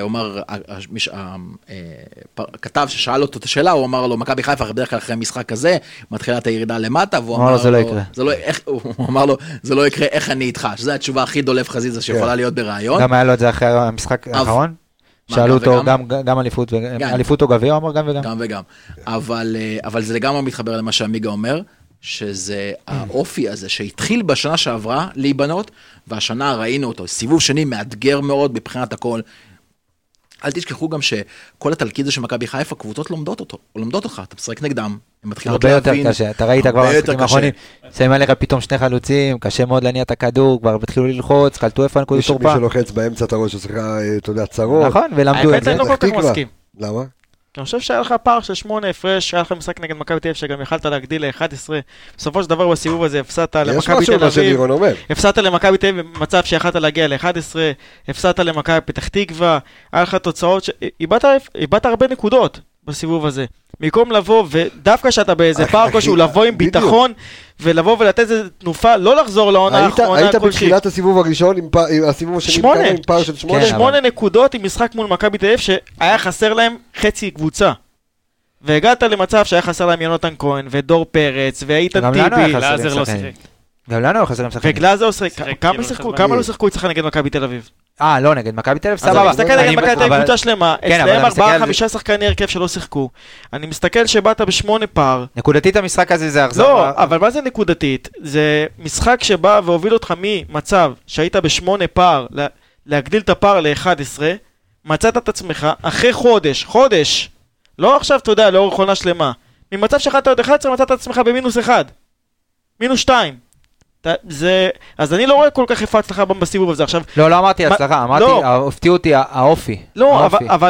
כתב ששאל אותו את השאלה, הוא אמר לו, מכבי חיפה בדרך כלל אחרי משחק כזה, מתחילה את הירידה למטה, והוא אמר לו, זה לא יקרה. הוא אמר לו, זה לא יקרה, איך אני איתך? שזו התשובה הכי דולב חזיזה שיכולה להיות ברעיון. גם היה לו את זה אחרי המשחק האחרון? שאלו אותו גם אליפות או גביע, הוא אמר גם וגם. גם וגם. אבל זה לגמרי מתחבר למה שעמיגה אומר, שזה האופי הזה שהתחיל בשנה שעברה להיבנות, והשנה ראינו אותו, סיבוב שני מאתגר מאוד מבחינת הכל. אל תשכחו גם שכל התלכיד הזה של מכבי חיפה, קבוצות לומדות אותו, או לומדות אותך, אתה משחק נגדם, הם מתחילות להבין. הרבה יותר קשה, אתה ראית כבר במשחקים האחרונים, שמים עליך פתאום שני חלוצים, קשה מאוד להניע את הכדור, כבר התחילו ללחוץ, קלטו איפה הנקודות תורפה. מי שלוחץ באמצע את הראש, שצריך, אתה יודע, צרות. נכון, ולמדו את זה. האמת, אני לא כל כך מסכים. למה? אני חושב שהיה לך פער של 8 הפרש, היה לך משחק נגד מכבי תל אביב שגם יכלת להגדיל ל-11. בסופו של דבר בסיבוב הזה הפסדת למכבי תל אביב. הפסדת למכבי תל אביב במצב שיכלת להגיע ל-11, הפסדת למכבי פתח תקווה, היה לך תוצאות איבדת הרבה נקודות בסיבוב הזה. במקום לבוא, ודווקא שאתה באיזה פער כלשהו, לבוא עם ביטחון, ולבוא ולתת איזה תנופה, לא לחזור לעונה האחרונה. היית בתחילת הסיבוב הראשון, הסיבוב השני עם פער של 8? 8 נקודות עם משחק מול מכבי תל אביב, שהיה חסר להם חצי קבוצה. והגעת למצב שהיה חסר להם יונתן כהן, ודור פרץ, ואיתן טיבי. גלאזר לא שיחק. גם לנו חסר להם שחקנים. וגלאזר שיחק. כמה לא שיחקו אצלך נגד מכבי תל אביב? לא, נגד מכבי תל אביב, סבבה. אז אני מסתכל נגד מכבי תל אביב קבוצה שלמה, אצלם 4-5 שחקני הרכב שלא שיחקו. אני מסתכל שבאת ב8 פער. נקודתית המשחק הזה זה אכזבה. לא, אבל מה זה נקודתית? זה משחק שבא והוביל אותך ממצב שהיית ב8 פער, להגדיל את הפער ל-11, מצאת את עצמך אחרי חודש, לא עכשיו, אתה יודע, לאורך עונה שלמה. ממצב שאחת עוד 11, מצאת את עצמך במינוס 1. מינוס 2. אז אני לא רואה כל כך איפה הצלחה בסיבוב הזה. עכשיו... לא אמרתי הצלחה, אמרתי, הפתיעו אותי האופי. לא,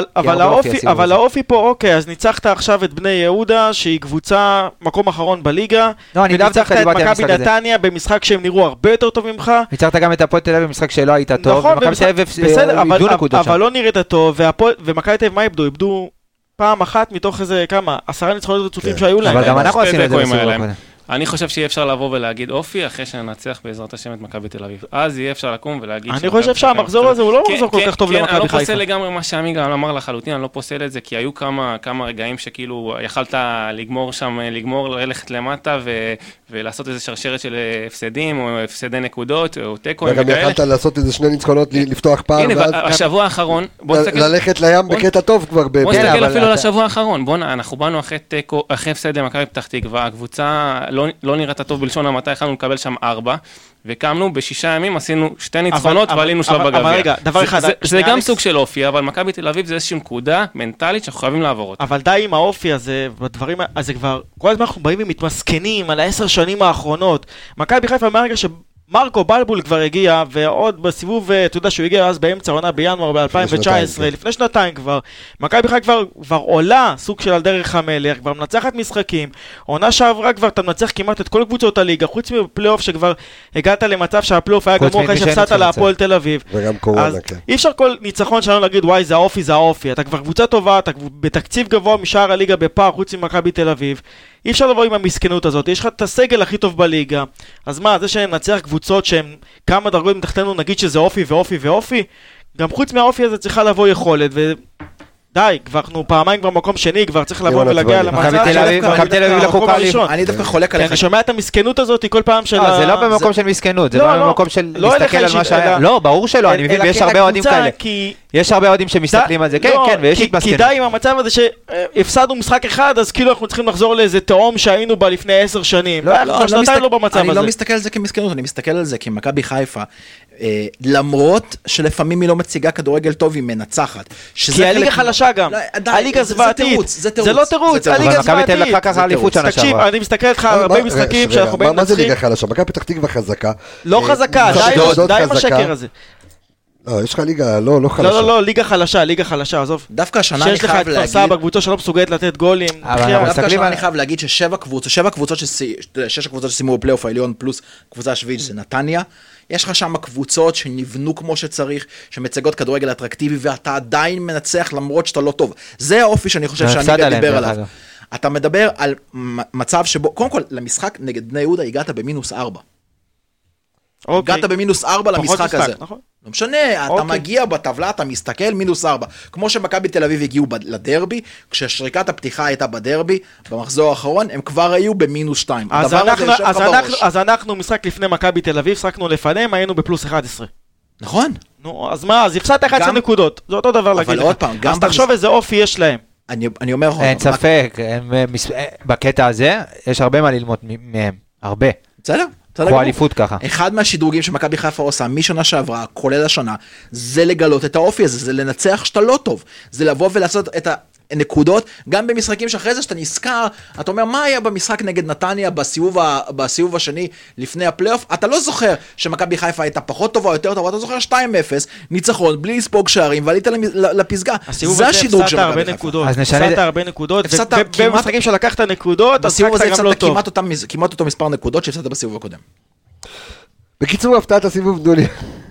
אבל האופי פה, אוקיי, אז ניצחת עכשיו את בני יהודה, שהיא קבוצה מקום אחרון בליגה. לא, אני דווקא ניצחת את מכבי נתניה במשחק שהם נראו הרבה יותר טוב ממך. ניצחת גם את הפועל תל אביב במשחק שלא היית טוב. נכון, אבל לא נראית טוב, ומכבי תל אביב מה איבדו? איבדו פעם אחת מתוך איזה כמה, 10 ניצחונות רצופים שהיו להם. אבל גם אנחנו עשינו את זה בסיבוב הקודם. אני חושב שיהיה אפשר לבוא ולהגיד אופי אחרי שננצח בעזרת השם את מכבי תל אביב. אז יהיה אפשר לקום ולהגיד... אני חושב שהמחזור הזה הוא לא מחזור כל כך טוב למכבי חיפה. אני לא פוסל לגמרי מה שעמי גם אמר לחלוטין, אני לא פוסל את זה, כי היו כמה רגעים שכאילו יכלת ללכת למטה ולעשות איזה שרשרת של הפסדים או הפסדי נקודות או תיקו. וגם יכלת לעשות איזה 2 ניצחונות, לפתוח פער. הנה, השבוע האחרון... ללכת לים בקטע טוב כבר. בוא נסתכל אפילו על השבוע האחרון. אנחנו באנו אחרי הפסד למכבי פתח תקווה, הקבוצה לא נראית טוב בלשון המעטה, יכולנו לקבל שם 4, וקמנו ב6 ימים, עשינו 2 ניצחונות ועלינו שלב בגביע. אבל רגע, דבר אחד... זה גם סוג של אופי, אבל מכבי תל אביב זה איזושהי נקודה מנטלית שאנחנו חייבים לעבור אותה. אבל די עם האופי הזה, בדברים, אז זה כבר, כל הזמן אנחנו באים ומתמסכנים על 10 שנים האחרונות. מכבי חיפה מהרגע מרקו בלבול כבר הגיע, ועוד בסיבוב, אתה יודע שהוא הגיע אז באמצע עונה בינואר ב-2019, לפני שנתיים כבר, מכבי חיפה כבר עולה סוג של על דרך המלך, כבר מנצחת משחקים, עונה שעברה כבר אתה מנצח כמעט את כל קבוצות הליגה, חוץ מפלייאוף שכבר הגעת למצב שהפלייאוף היה גמור אחרי שהפסדת להפועל תל אביב. וגם קורונה, כן. אי אפשר כל ניצחון שלנו להגיד, וואי זה האופי, זה האופי, אתה כבר קבוצה טובה, אתה בתקציב גבוה משאר הליגה בפער חוץ ממכבי תל אביב. אי אפשר לבוא עם המסכנות הזאת, יש לך את הסגל הכי טוב בליגה, אז מה, זה שננצח קבוצות שהן כמה דרגות מתחתנו נגיד שזה אופי ואופי ואופי, גם חוץ מהאופי הזה צריכה לבוא יכולת, די, כבר אנחנו פעמיים כבר מקום שני, כבר צריך לבוא ולהגיע למצב מכבי תל אביב לחוקה ראשון. אני דווקא חולק עליך. אני שומע את המסכנות הזאת כל פעם של... זה לא במקום של מסכנות, זה לא במקום של להסתכל על מה שהיה. לא, ברור שלא, אני מבין, ויש הרבה אוהדים כאלה. יש הרבה אוהדים שמסתכלים על זה, כן, כן, ויש התמסכנות. כי די עם המצב הזה שהפסדנו משחק אחד, אז כאילו אנחנו צריכים לחזור לאיזה תהום שהיינו בה לפני 10 שנים. אני לא מסתכל על זה כמסכנות, אני מסתכל על זה כמכבי חיפה. למרות שלפעמים היא לא מציגה כדורגל טוב, היא מנצחת. כי הליגה חלשה גם. הליגה זוועתית. זה לא תירוץ, הליגה זוועתית. תקשיב, אני מסתכל איתך על הרבה משחקים שאנחנו באים מה זה ליגה חלשה? מכבי פתח תקווה חזקה. לא חזקה, די עם השקר הזה. לא, יש לך ליגה לא חלשה. לא, ליגה חלשה, עזוב. דווקא השנה אני חייב להגיד... שיש לך את כפר סבא, קבוצה שלא מסוגלת לתת גולים. דווקא השנה אני חייב להגיד ששש הקבוצות שסיימו בפלייאוף העליון פלוס קבוצה השביעית זה נתניה. יש לך שם קבוצות שנבנו כמו שצריך, שמציגות כדורגל אטרקטיבי, ואתה עדיין מנצח למרות שאתה לא טוב. זה האופי שאני חושב שאני מדבר עליו. אתה מדבר על מצב שבו, קודם כל, למשחק נגד בני יהודה הגעת במינוס 4. הגעת במינוס 4 למשחק הזה. לא משנה, אתה מגיע בטבלה, אתה מסתכל, מינוס 4. כמו שמכבי תל אביב הגיעו לדרבי, כששריקת הפתיחה הייתה בדרבי, במחזור האחרון, הם כבר היו במינוס 2. אז אנחנו משחק לפני מכבי תל אביב, שחקנו לפניהם, היינו בפלוס 11. נכון. נו, אז מה, אז הפסדת 11 נקודות. זה אותו דבר להגיד לך. אז תחשוב איזה אופי יש להם. אני אומר... אין ספק, בקטע הזה, יש הרבה מה ללמוד מהם. הרבה. בסדר? כמו אליפות ככה. אחד מהשדרוגים שמכבי חיפה עושה משנה שעברה, כולל השנה, זה לגלות את האופי הזה, זה לנצח שאתה לא טוב, זה לבוא ולעשות את הנקודות, גם במשחקים שאחרי זה שאתה נזכר, אתה אומר מה היה במשחק נגד נתניה בסיבוב השני לפני הפלייאוף, אתה לא זוכר שמכבי חיפה הייתה פחות טובה או יותר טובה, אתה זוכר 2-0, ניצחון, בלי לספוג שערים, ועלית לפסגה. זה השדרוג של מכבי חיפה. הפסדת הרבה נקודות, ובמשחקים שלקחת נקודות, בסיבוב הזה הפסדת כמעט אותו מספר נקודות שהפסדת בסיבוב הקודם. בקיצור, הפתעת הסיבוב דולי.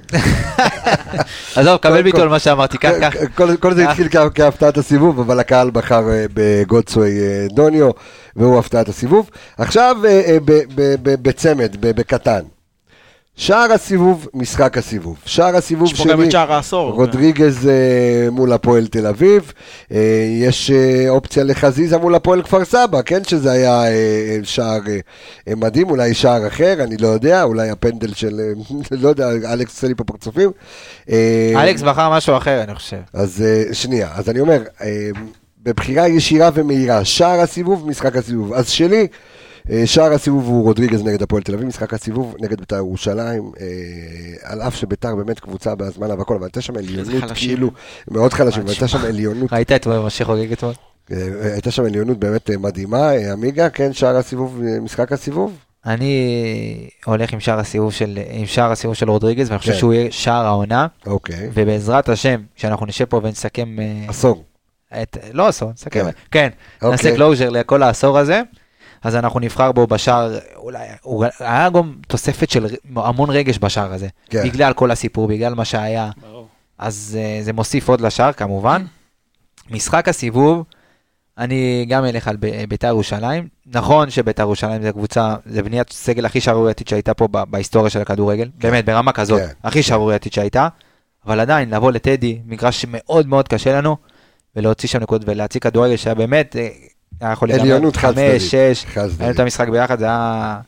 עזוב, קבל ביטול מה שאמרתי, כך. כל זה התחיל כהפתעת הסיבוב, אבל הקהל בחר בגודסווי דוניו, והוא הפתעת הסיבוב. עכשיו בצמד, בקטן. שער הסיבוב, משחק הסיבוב. שער הסיבוב שלי, יש פה גם את שער העשור. רודריגז מול הפועל תל אביב. יש אופציה לחזיזה מול הפועל כפר סבא, כן? שזה היה שער מדהים, אולי שער אחר, אני לא יודע, אולי הפנדל של, לא יודע, אלכס עושה לי פה פרצופים. אלכס בחר משהו אחר, אני חושב. אז שנייה, אז אני אומר, בבחירה ישירה ומהירה, שער הסיבוב, משחק הסיבוב. אז שלי, שער הסיבוב הוא רודריגז נגד הפועל תל אביב, משחק הסיבוב נגד בית"ר ירושלים, על אף שבית"ר באמת קבוצה בהזמנה והכל, אבל הייתה שם עליונות כאילו, מאוד חלשים, הייתה שם עליונות. ראית את מה שחוגג אתמול? הייתה שם עליונות באמת מדהימה, עמיגה, כן, שער הסיבוב, משחק הסיבוב? אני הולך עם שער הסיבוב של רודריגז, ואני חושב שהוא יהיה שער העונה. אוקיי. ובעזרת השם, כשאנחנו נשב פה ונסכם... עשור. לא עשור, נסכם. כן, נעשה קלוז'ר לכל העשור הזה, אז אנחנו נבחר בו בשער, אולי, היה גם תוספת של המון רגש בשער הזה. בגלל כל הסיפור, בגלל מה שהיה. אז זה מוסיף עוד לשער, כמובן. משחק הסיבוב, אני גם אלך על בית"ר ירושלים. נכון שבית"ר ירושלים זה קבוצה, זה בניית סגל הכי שערורייתית שהייתה פה בהיסטוריה של הכדורגל, באמת ברמה כזאת, הכי שערורייתית שהייתה, אבל עדיין לבוא לטדי, מגרש שמאוד מאוד קשה לנו, ולהוציא שם נקודות ולהציג כדורגל שהיה באמת, היה יכול לגמר 5, 6, היינו את המשחק ביחד, זה היה...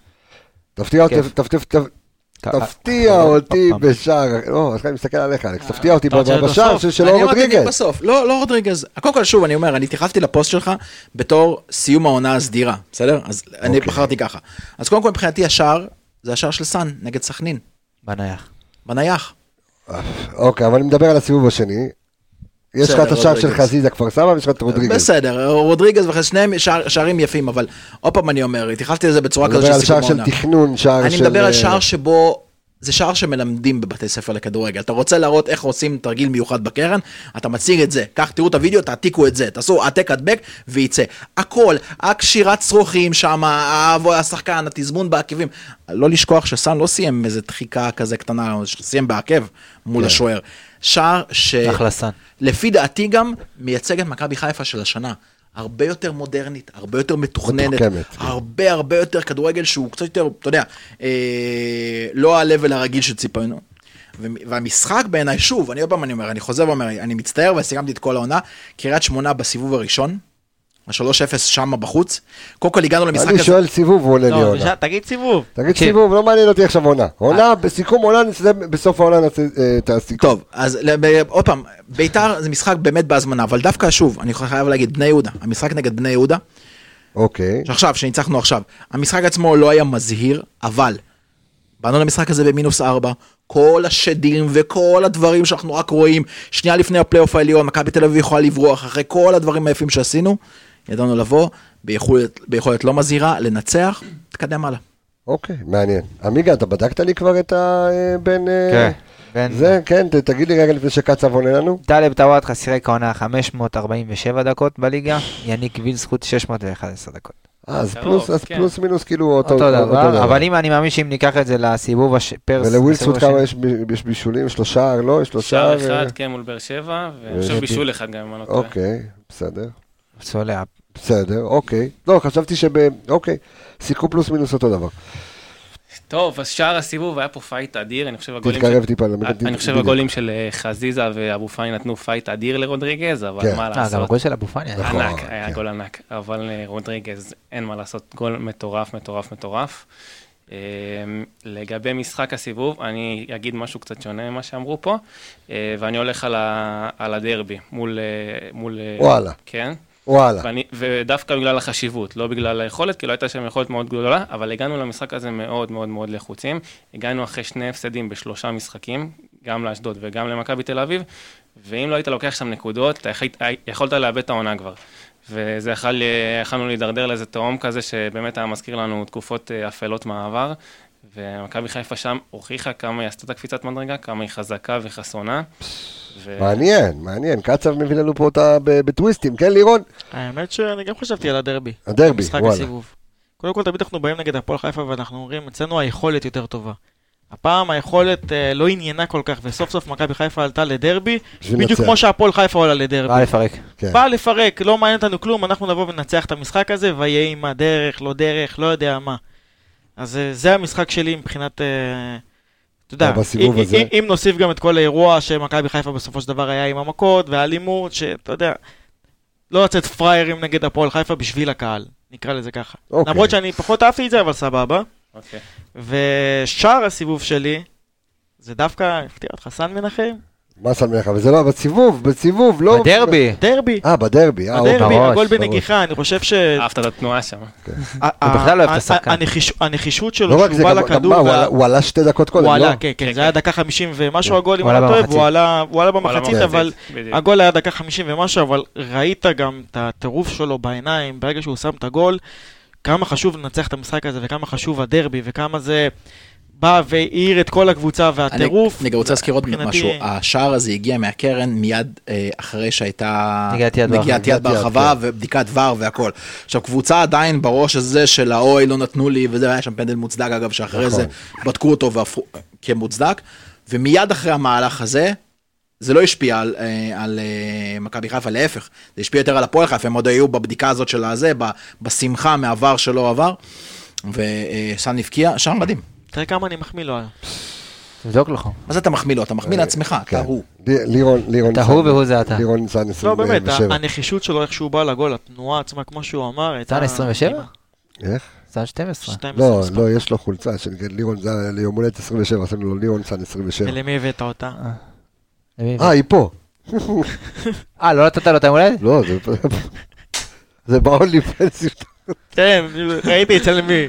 תפתיע אותי בשער, לא, אני מסתכל עליך, תפתיע אותי בשער של רודריגז. לא רודריגז, קודם כל שוב, אני אומר, אני התייחסתי לפוסט שלך בתור סיום העונה הסדירה, בסדר? אז אני בחרתי ככה. אז קודם כל מבחינתי השער, זה השער של סן נגד סכנין. בנייח. אוקיי, אבל אני מדבר על הסיבוב השני. יש לך את השער של חזיזה כפר סבא, ויש לך את רודריגז. בסדר, רודריגז ושניהם שערים יפים, אבל עוד פעם אני אומר, התייחסתי לזה בצורה כזו של סיכום העונה. אני מדבר על שער שבו, זה שער שמלמדים בבתי ספר לכדורגל. אתה רוצה להראות איך עושים תרגיל מיוחד בקרן, אתה מציג את זה, קח, תראו את הוידאו, תעתיקו את זה, תעשו העתק הדבק וייצא. הכל, הקשירת צרוכים שם, השחקן, התזמון בעקבים. לא לשכוח שסן לא סיים איזו דחיקה כזה קטנה, סיים בעקב מול השוער. שער שלפי דעתי גם מייצג את מכבי חיפה של השנה. הרבה יותר מודרנית, הרבה יותר מתוכננת, הרבה יותר כדורגל שהוא קצת יותר, אתה יודע, לא ה-level הרגיל שציפינו. והמשחק בעיניי, שוב, אני עוד פעם אני אומר, אני חוזר ואומר, אני מצטער וסיכמתי את כל העונה, קריית שמונה בסיבוב הראשון, ה-3-0 שם בחוץ, קודם כל הגענו למשחק הזה. אני שואל סיבוב, הוא עולה לי עונה. תגיד סיבוב. תגיד סיבוב, לא מעניין אותי עכשיו עונה. עונה, בסיכום עונה, בסוף העונה נעשה את הסיכום. טוב, אז עוד פעם, בית"ר זה משחק באמת בהזמנה, אבל דווקא שוב, אני חייב להגיד, בני יהודה, המשחק נגד בני יהודה, אוקיי. שעכשיו, שניצחנו עכשיו, המשחק עצמו לא היה מזהיר, אבל באנו למשחק הזה ב-4, כל השדים וכל הדברים שאנחנו רק רואים, שנייה לפני הפלייאוף העליון, מכבי תל אביב יכולה לברוח, אחרי כל הדברים היפים שעשינו, ידענו לבוא, ביכולת לא מזהירה, לנצח, תקדם הלאה. אוקיי, מעניין. עמיגה, אתה בדקת לי כבר את הבן... כן. זה, כן, תגיד לי רגע לפני שקצב עונה לנו. טלב טוואט חסירי כהונה 547 דקות בליגה, יניק וילסחוט 611 דקות. אז פלוס מינוס כאילו אותו דבר, אבל אם אני מאמין שאם ניקח את זה לסיבוב פרס... ולווילסחוט כמה יש בישולים? יש לו שער, לא? יש לו שער... שער אחד, כן, מול באר שבע, ואני חושב בישול אחד גם, אם אני לא טועה. אוקיי, בסדר. צולע. בסדר, אוקיי. לא, חשבתי אוקיי, סיכום פלוס מינוס אותו דבר. טוב, אז שער הסיבוב היה פה פייט אדיר, אני חושב הגולים של חזיזה ואבו פאני נתנו פייט אדיר לרודריגז, אבל מה לעשות? גם הגול של אבו פאני היה גול ענק, אבל רודריגז אין מה לעשות, גול מטורף. לגבי משחק הסיבוב, אני אגיד משהו קצת שונה ממה שאמרו פה, ואני הולך על הדרבי מול... וואלה. כן. וואלה. ודווקא בגלל החשיבות, לא בגלל היכולת, כי לא הייתה שם יכולת מאוד גדולה, אבל הגענו למשחק הזה מאוד מאוד מאוד לחוצים. הגענו אחרי 2 הפסדים ב3 משחקים, גם לאשדוד וגם למכבי תל אביב, ואם לא היית לוקח שם נקודות, יכולת לאבד את העונה כבר. וזה יכלנו להידרדר לאיזה תאום כזה, שבאמת היה מזכיר לנו תקופות אפלות מעבר, ומכבי חיפה שם הוכיחה כמה היא עשתה את הקפיצת מדרגה, כמה היא חזקה וחסונה. מעניין, קצב מביא לנו פה אותה בטוויסטים, כן לירון? האמת שאני גם חשבתי על הדרבי. משחק הסיבוב. קודם כל תמיד אנחנו באים נגד הפועל חיפה ואנחנו אומרים, אצלנו היכולת יותר טובה. הפעם היכולת לא עניינה כל כך, וסוף סוף מכבי חיפה עלתה לדרבי, בדיוק כמו שהפועל חיפה עולה לדרבי. באה לפרק, לא מעניין אותנו כלום, אנחנו נבוא ונצח את המשחק הזה, ויהיה עם הדרך, לא דרך, לא יודע מה. אז זה המשחק שלי מבחינת... אתה יודע, אם נוסיף גם את כל האירוע שמכבי חיפה בסופו של דבר היה עם המכות והאלימות, שאתה יודע, לא לצאת פריירים נגד הפועל חיפה בשביל הקהל, נקרא לזה ככה. למרות שאני פחות אהבתי את זה, אבל סבבה. ושאר הסיבוב שלי, זה דווקא, הפתיע אותך, סן מנחם? מה סלמך? וזה לא, בסיבוב, לא... בדרבי. דרבי. בדרבי. בדרבי, בראש, הגול בנגיחה, אני חושב ש... אהבת את התנועה שם. הוא בכלל לא אוהב את השחקן. הנחישות לא שלו, רק זה, שהוא בא לכדור... הוא עלה 2 דקות קודם, הוא לא? עלה, כן, זה היה דקה 50 ומשהו הגול, אם הוא אני עלה לא טועה, במחצית. והוא עלה במחצית, אבל בדיוק. הגול היה דקה 50 ומשהו, אבל ראית גם את הטירוף שלו בעיניים, ברגע שהוא שם את הגול, כמה חשוב לנצח את המשחק הזה, וכמה חשוב הדרבי, וכמה זה בא והעיר את כל הקבוצה והטירוף. אני רוצה להזכיר עוד משהו, השער הזה הגיע מהקרן מיד אחרי שהייתה נגיעת יד ברחבה ובדיקת ור והכל. עכשיו קבוצה עדיין בראש הזה של האוי לא נתנו לי, וזה היה שם פנדל מוצדק אגב, שאחרי זה בדקו אותו כמוצדק, ומיד אחרי המהלך הזה, זה לא השפיע על מכבי חיפה, להפך, זה השפיע יותר על הפועל חיפה, הם עוד היו בבדיקה הזאת של הזה, בשמחה מהעבר שלא עבר, וסן נפקיע, שם מדהים. תראה כמה אני מחמיא לו היום. תבדוק לך. אז אתה מחמיא לו, אתה מחמיא לעצמך, אתה הוא. לירון אתה הוא והוא זה אתה. לירון סן 27. לא, באמת, הנחישות שלו, איך שהוא בא לגול, התנועה עצמה, כמו שהוא אמר, סן 27? איך? סן 12. לא, יש לו חולצה, שנקראת לירון, זה ליום הולדת 27, עשינו לו לירון סן 27. ולמי הבאת אותה? היא פה. לא נתת לו את היום הולדת? לא, זה באונלי פנס. כן, ראיתי אצל מי.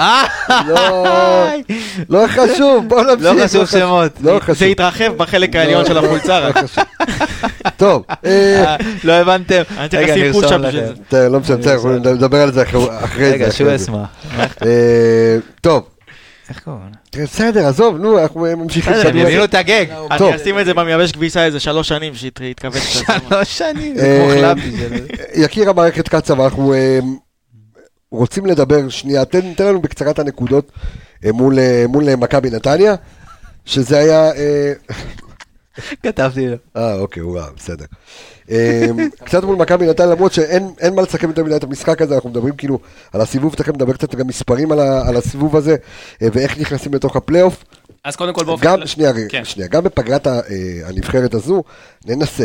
לא חשוב, בוא נמשיך. לא חשוב שמות. זה התרחב בחלק העליון של החולצה רק. טוב. לא הבנתם. אני צריך לשים פוש-אפ בשביל זה. לא משנה, אנחנו נדבר על זה אחרי זה. רגע, שהוא אסמה. טוב. איך קוראים? בסדר, עזוב, נו, אנחנו ממשיכים. הם יבינו את הגג. אני אשים את זה במייבש כביסה איזה 3 שנים שהתכווץ. 3 שנים, זה כמו חלבי שלו. יקיר המערכת קצב, אנחנו רוצים לדבר שנייה, תן לנו בקצרת הנקודות מול מכבי נתניה, שזה היה... כתבתי לו. אוקיי, בסדר. קצת מול מכבי נתניה, למרות שאין מה לסכם יותר מדי את המשחק הזה, אנחנו מדברים כאילו על הסיבוב, תכף נדבר קצת גם מספרים על הסיבוב הזה, ואיך נכנסים לתוך הפלייאוף. אז קודם כל באופן... שנייה, גם בפגרת הנבחרת הזו, ננסה,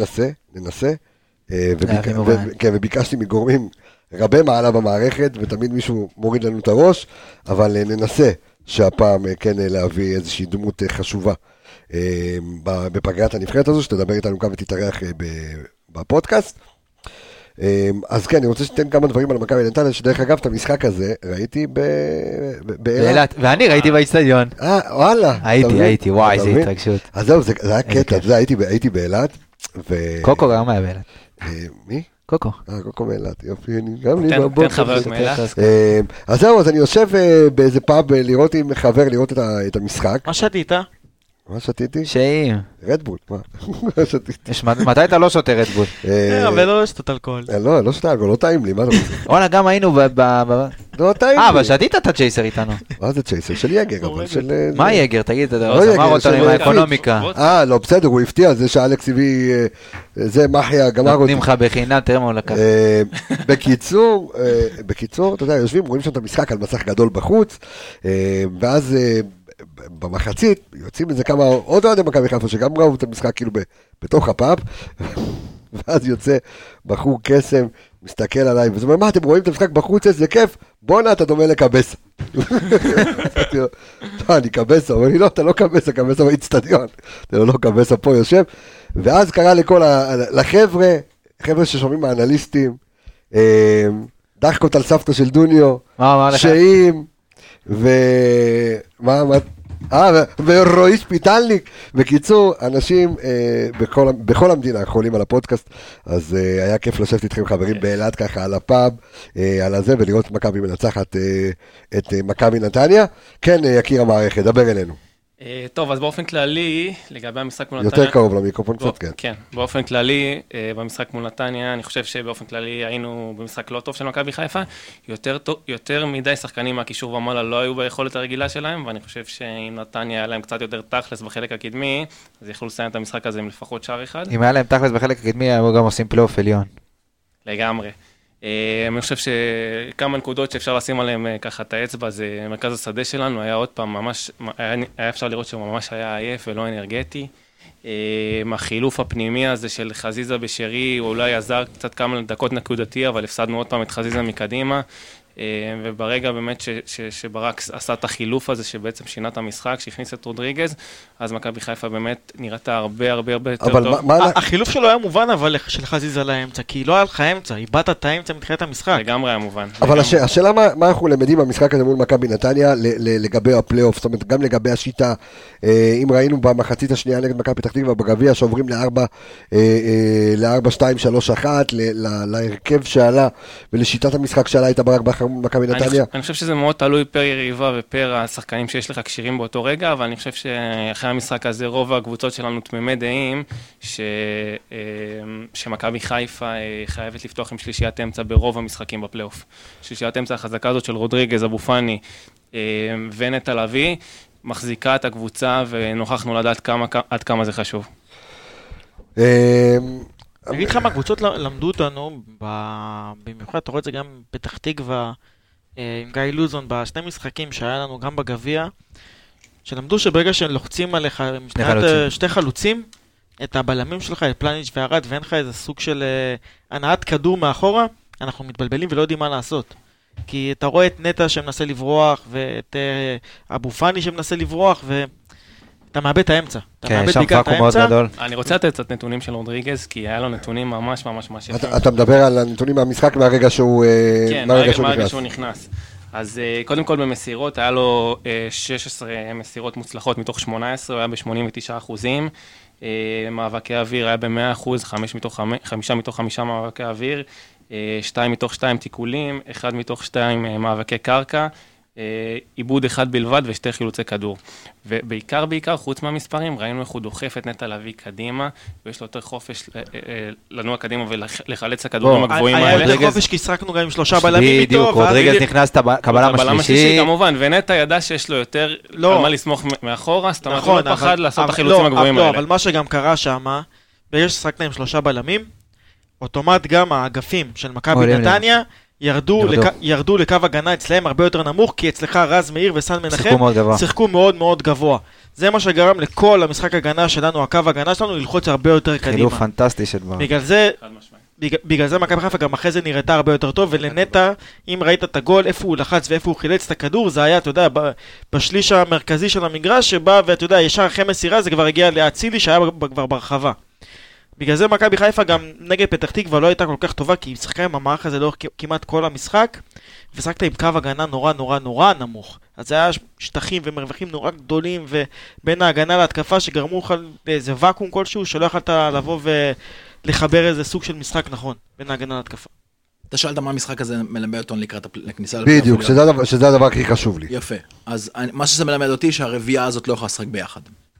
וביקשתי מגורמים רבי מעלה במערכת, ותמיד מישהו מוריד לנו את הראש, אבל ננסה שהפעם כן להביא איזושהי דמות חשובה בפגרת הנבחרת הזו, שתדבר איתנו כאן ותתארח בפודקאסט. אז כן, אני רוצה שתתן כמה דברים על מכבי נתניה, שדרך אגב את המשחק הזה ראיתי באילת. ואני ראיתי באצטדיון. וואלה. הייתי, וואי, זה התרגשות. אז זהו, זה היה קטע, הייתי באילת. קוקו גם היה באילת. מי? קוקו. קוקו מאילת, יופי, גם לי בבוקר. תן חוויות מאילת. אז זהו, אז אני יושב באיזה פאב לראות עם חבר, לראות את המשחק. מה שתית? מה שתיתי? שאים. רדבול, מה? מתי אתה לא שותה רדבול? אבל לא שתות אלכוהול. לא שתה אלכוהול, לא טעים לי, מה אתה רוצה? וואלה, גם היינו לא טעים לי. אבל שתית את הצ'ייסר איתנו. מה זה צ'ייסר? של יגר, אבל של... מה יגר? תגיד, אתה אמר אותנו עם האקונומיקה. לא, בסדר, הוא הפתיע, זה שאלכס הביא, זה מחיה, גמר אותי. נותנים לך בחינם, תראה מה הוא לקח. בקיצור, אתה יודע, יושבים, רואים שם את המשחק על מסך גדול בחוץ, ואז במחצית יוצאים איזה כמה, עוד אוהדי מכבי חיפה, שגם ראו את המשחק כאילו בתוך הפאב, ואז יוצא בחור קסם, מסתכל עליי, וזה אומר, מה, אתם רואים את המשחק בחוץ, איזה כיף? בואנה, אתה דומה לקבסה. אני קבסה, אומר לי, לא, אתה לא קבסה, קבסה באצטדיון. אתה לא קבסה פה יושב. ואז קרא לחבר'ה, חבר'ה ששומעים מהאנליסטים, דחקות על סבתא של דוניו, שאים, ורועי שפיטלניק. בקיצור, אנשים בכל המדינה חולים על הפודקאסט, אז היה כיף לשבת איתכם חברים באילת ככה על הפאב, על הזה, ולראות מכבי מנצחת את מכבי נתניה. כן, יקיר המערכת, דבר אלינו. טוב, אז באופן כללי, לגבי המשחק מול נתניה... יותר קרוב למיקרופון קצת, כן. כן, באופן כללי, במשחק מול נתניה, אני חושב שבאופן כללי היינו במשחק לא טוב של מכבי חיפה, יותר מדי שחקנים מהקישור ומעלה לא היו ביכולת הרגילה שלהם, ואני חושב שאם נתניה היה להם קצת יותר תכלס בחלק הקדמי, אז יכלו לסיים את המשחק הזה עם לפחות שער אחד. אם היה להם תכלס בחלק הקדמי, היו גם עושים פלייאוף עליון. לגמרי. אני חושב שכמה נקודות שאפשר לשים עליהם ככה את האצבע, זה מרכז השדה שלנו, היה עוד פעם ממש, היה אפשר לראות שהוא ממש היה עייף ולא אנרגטי. החילוף הפנימי הזה של חזיזה בשרי, הוא אולי עזר קצת כמה דקות נקודתי, אבל הפסדנו עוד פעם את חזיזה מקדימה. וברגע באמת שברק עשה את החילוף הזה, שבעצם שינה את המשחק, שהכניס את רודריגז, אז מכבי חיפה באמת נראתה הרבה יותר טוב. החילוף שלו היה מובן, אבל של חזיזה לאמצע, כי לא היה לך אמצע, איבדת את האמצע מתחילת המשחק. לגמרי היה מובן. אבל השאלה מה אנחנו למדים במשחק הזה מול מכבי נתניה, לגבי הפלייאוף, זאת אומרת, גם לגבי השיטה, אם ראינו במחצית השנייה נגד מכבי פתח תקווה בגביע, שעוברים ל-4-2-3-1, להרכב שעלה, ולשיטת המשחק שעלה הייתה ברק בכר מול מכבי נתניה. אני חושב שזה מאוד תלוי פר יריבה ופר השחקנים שיש לך קשירים באותו רגע, אבל אני חושב שאחרי המשחק הזה רוב הקבוצות שלנו תמימי דעים שמכבי חיפה חייבת לפתוח עם שלישיית אמצע ברוב המשחקים בפלייאוף. שלישיית אמצע החזקה הזאת של רודריגז, אבו פאני ונטע לביא מחזיקה את הקבוצה, ונוכחנו לדעת עד כמה זה חשוב. אני אגיד לך מה, קבוצות למדו אותנו, במיוחד אתה רואה את זה גם פתח תקווה עם גיא לוזון בשני משחקים שהיה לנו גם בגביע, שלמדו שברגע שלוחצים עליך שתי חלוצים, את הבלמים שלך, את פלניץ' והרד, ואין לך איזה סוג של הנעת כדור מאחורה, אנחנו מתבלבלים ולא יודעים מה לעשות. כי אתה רואה את נטע שמנסה לברוח, ואת אבו פאני שמנסה לברוח, ואתה מאבד את האמצע. כן, שם פאקו מאוד גדול. אני רוצה לתת קצת נתונים של רודריגז, כי היה לו נתונים ממש יפים. אתה מדבר על הנתונים מהמשחק מהרגע שהוא נכנס. אז קודם כל במסירות, היה לו 16 מסירות מוצלחות מתוך 18, הוא היה ב-89%. מאבקי אוויר היה ב-100%, 5 מתוך 5 מאבקי אוויר, 2 מתוך 2 תיקולים, 1 מתוך 2 מאבקי קרקע, עיבוד אחד בלבד ושתי חילוצי כדור. ובעיקר, חוץ מהמספרים, ראינו איך הוא דוחף את נטע לביא קדימה, ויש לו יותר חופש לנוע קדימה ולחלץ את הכדורים הגבוהים האלה. היה יותר חופש כי שחקנו גם עם 3 בלמים איתו. בדיוק, רודריגז נכנס את הבלם השלישי. כמובן, ונטע ידע שיש לו יותר על מה לסמוך מאחורה, זאת אומרת, הוא לא פחד לעשות את החילוצים הגבוהים האלה. אבל מה שגם קרה שם, ברגע ששחקנו עם 3 בלמים, אוטומט גם האגפים של מכבי נתניה ירדו לקו הגנה אצלהם הרבה יותר נמוך, כי אצלך רז מאיר וסן מנחם שיחקו מאוד מאוד גבוה. זה מה שגרם לכל המשחק הגנה שלנו, הקו הגנה שלנו, ללחוץ הרבה יותר קדימה. חילוף פנטסטי של דבר. בגלל זה מכבי חיפה גם אחרי זה נראתה הרבה יותר טוב, ולנטע, אם ראית את הגול, איפה הוא לחץ ואיפה הוא חילץ את הכדור, זה היה, אתה יודע, בשליש המרכזי של המגרש, שבא, ואתה יודע, ישר אחרי מסירה, זה כבר הגיע להצילי, שהיה כבר ברחבה. בגלל זה מכבי חיפה גם נגד פתח תקווה לא הייתה כל כך טובה, כי היא שחקה עם המערך הזה לאורך כמעט כל המשחק, ושחקת עם קו הגנה נורא נמוך. אז זה היה שטחים ומרווחים נורא גדולים, ובין ההגנה להתקפה שגרמו לך לאיזה ואקום כלשהו, שלא יכלת לבוא ולחבר איזה סוג של משחק נכון, בין ההגנה להתקפה. אתה שאלת מה המשחק הזה מלמד אותנו לקראת הכניסה בדיוק, שזה הדבר הכי חשוב לי. יפה. אז מה שזה מלמד אותי, שהרביעה הזאת לא יכולה לשחק ביחד.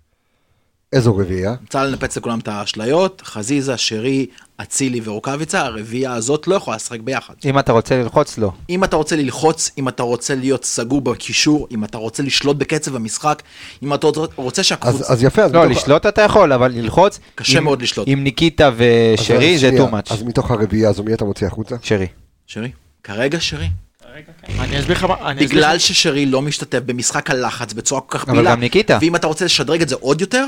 איזו רביעייה? רוצה לנפץ לכולם את האשליות, חזיזה, שרי, אצילי ורוקביצה, הרביעייה הזאת לא יכולה לשחק ביחד. אם אתה רוצה ללחוץ, לא. אם אתה רוצה ללחוץ, אם אתה רוצה להיות סגור בקישור, אם אתה רוצה לשלוט בקצב המשחק, אם אתה רוצה שהקבוצה... אז יפה, אז לא, לשלוט אתה יכול, אבל ללחוץ... קשה מאוד לשלוט. עם ניקיטה ושרי זה too much. אז מתוך הרביעייה הזו, מי אתה מוציא החוצה? שרי. שרי? כרגע שרי. אני אסביר לך מה... בגלל ששרי לא משתתף במשחק הלחץ בצורה כל כך אבל גם ניקיטה. ואם אתה רוצה לשדרג את זה עוד יותר,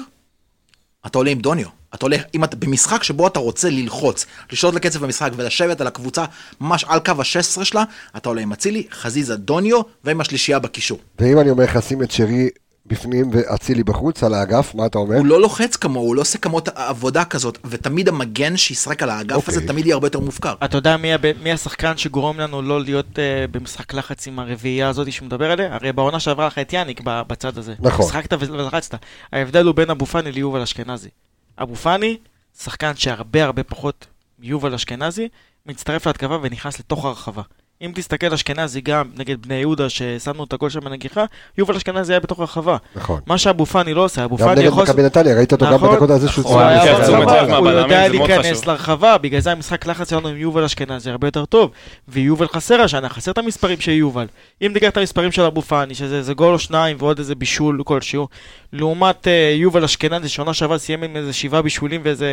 אתה עולה עם דוניו. אתה עולה, אם אתה במשחק שבו אתה רוצה ללחוץ, לשלוט לקצב במשחק ולשבת על הקבוצה ממש על קו ה-16 שלה, אתה עולה עם אצילי, חזיזה, דוניו ועם השלישייה בקישור. ואם אני אומר לך, שים את שרי בפנים ואצילי בחוץ על האגף, מה אתה אומר? הוא לא לוחץ כמוהו, הוא לא עושה כמות עבודה כזאת, ותמיד המגן שישחק על האגף הזה תמיד יהיה הרבה יותר מופקר. אתה יודע מי השחקן שגורם לנו לא להיות במשחק לחץ עם הרביעייה הזאת שמדבר עליה? הרי בעונה שעברה לך את יאניק בצד הזה. נכון. שחקת ולחצת. ההבדל הוא בין אבו פאני ליובל אשכנזי. אבו פאני, שחקן שהרבה פחות מיובל אשכנזי, מצטרף להתקפה ונכנס לתוך הרחבה. אם תסתכל אשכנזי גם נגד בני יהודה ששמנו את הגול שם בנגיחה, יובל אשכנזי היה בתוך הרחבה. נכון. מה שאבו פאני לא עושה, אבו פאני פאני יכול... גם נגד מכבי נתניה, ראית אותו גם בדקות הזה שהוא הוא יודע להיכנס לרחבה, בגלל זה המשחק לחץ שלנו עם יובל אשכנזי הרבה יותר טוב, ויובל חסר השנה, חסר את המספרים של יובל. אם תיקח את המספרים של אבו פאני, שזה גול או 2 ועוד איזה בישול כלשהו, לעומת יובל אשכנזי, שעונה שעברה סיים עם איזה 7 בישולים ואיזה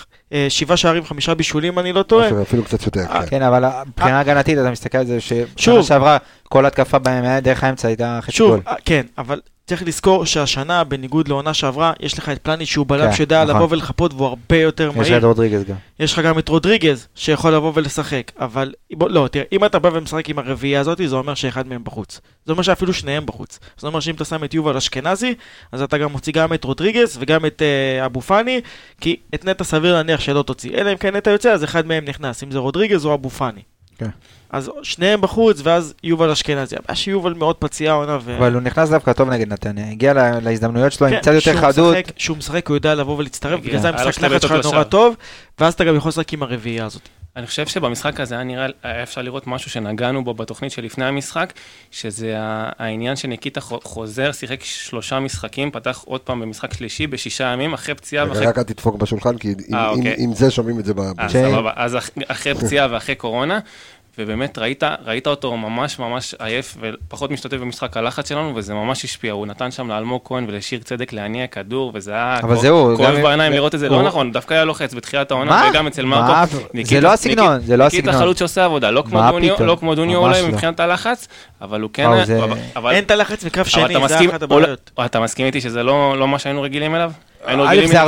7 שערים, 5 בישולים, אני לא טועה. אפילו קצת יותר. כן, אבל מבחינה הגנתית, אתה מסתכל על זה ששנה שעברה כל התקפה דרך האמצע הייתה חצי גול. כן, אבל צריך לזכור שהשנה, בניגוד לעונה שעברה, יש לך את פלניץ' שהוא בלם שיודע לבוא ולחפות, והוא הרבה יותר מהיר. יש את רודריגז גם. יש לך גם את רודריגז, שיכול לבוא ולשחק, אבל, לא, תראה, אם אתה בא ומשחק עם הרביעייה הזאת, זה אומר שאחד מהם בחוץ. זה אומר שאפילו שניהם בחוץ. זה אומר שאם אתה שם את יובל אשכנזי, אז אתה גם מוציא גם את רודריגז, וגם את אבו פאני, כי את נטע סביר להניח שלא תוציא. אלא אם כן נטע יוצא, אז אחד מהם נכנס, אם זה רודריגז או אבו פאני. אז שניהם בחוץ, ואז יובל אשכנזי. הבעיה שיובל מאוד פציעה עונה אבל הוא נכנס דווקא טוב נגד נתניה. הגיע להזדמנויות שלו עם קצת יותר חדות. כשהוא משחק הוא יודע לבוא ולהצטרף, בגלל זה המשחק לחץ שלך נורא טוב, ואז אתה גם יכול לשחק עם הרביעייה הזאת. אני חושב שבמשחק הזה היה אפשר לראות משהו שנגענו בו בתוכנית שלפני המשחק, שזה העניין שניקיטה חוזר, שיחק 3 משחקים, פתח עוד פעם במשחק שלישי ב6 ימים, אחרי פציעה רק אל תדפוק בשולחן, כי עם זה שומעים את זה סבבה, אז אחרי פציעה ואחרי קורונה, ובאמת ראית אותו ממש ממש עייף ופחות משתתף במשחק הלחץ שלנו, וזה ממש השפיע, הוא נתן שם לאלמוג כהן ולשיר צדק להניע כדור, וזה היה כואב בעיניים לראות את זה, לא נכון, דווקא היה לוחץ בתחילת העונה, וגם אצל מרקו. זה לא הסגנון, זה לא הסגנון. ניקיטה חלוץ שעושה עבודה, לא כמו דוניו אולי מבחינת הלחץ, אבל הוא כן... אין את הלחץ בקרב שני, זה אחת הבעיות. אתה מסכים איתי שזה לא מה שהיינו רגילים אליו? זה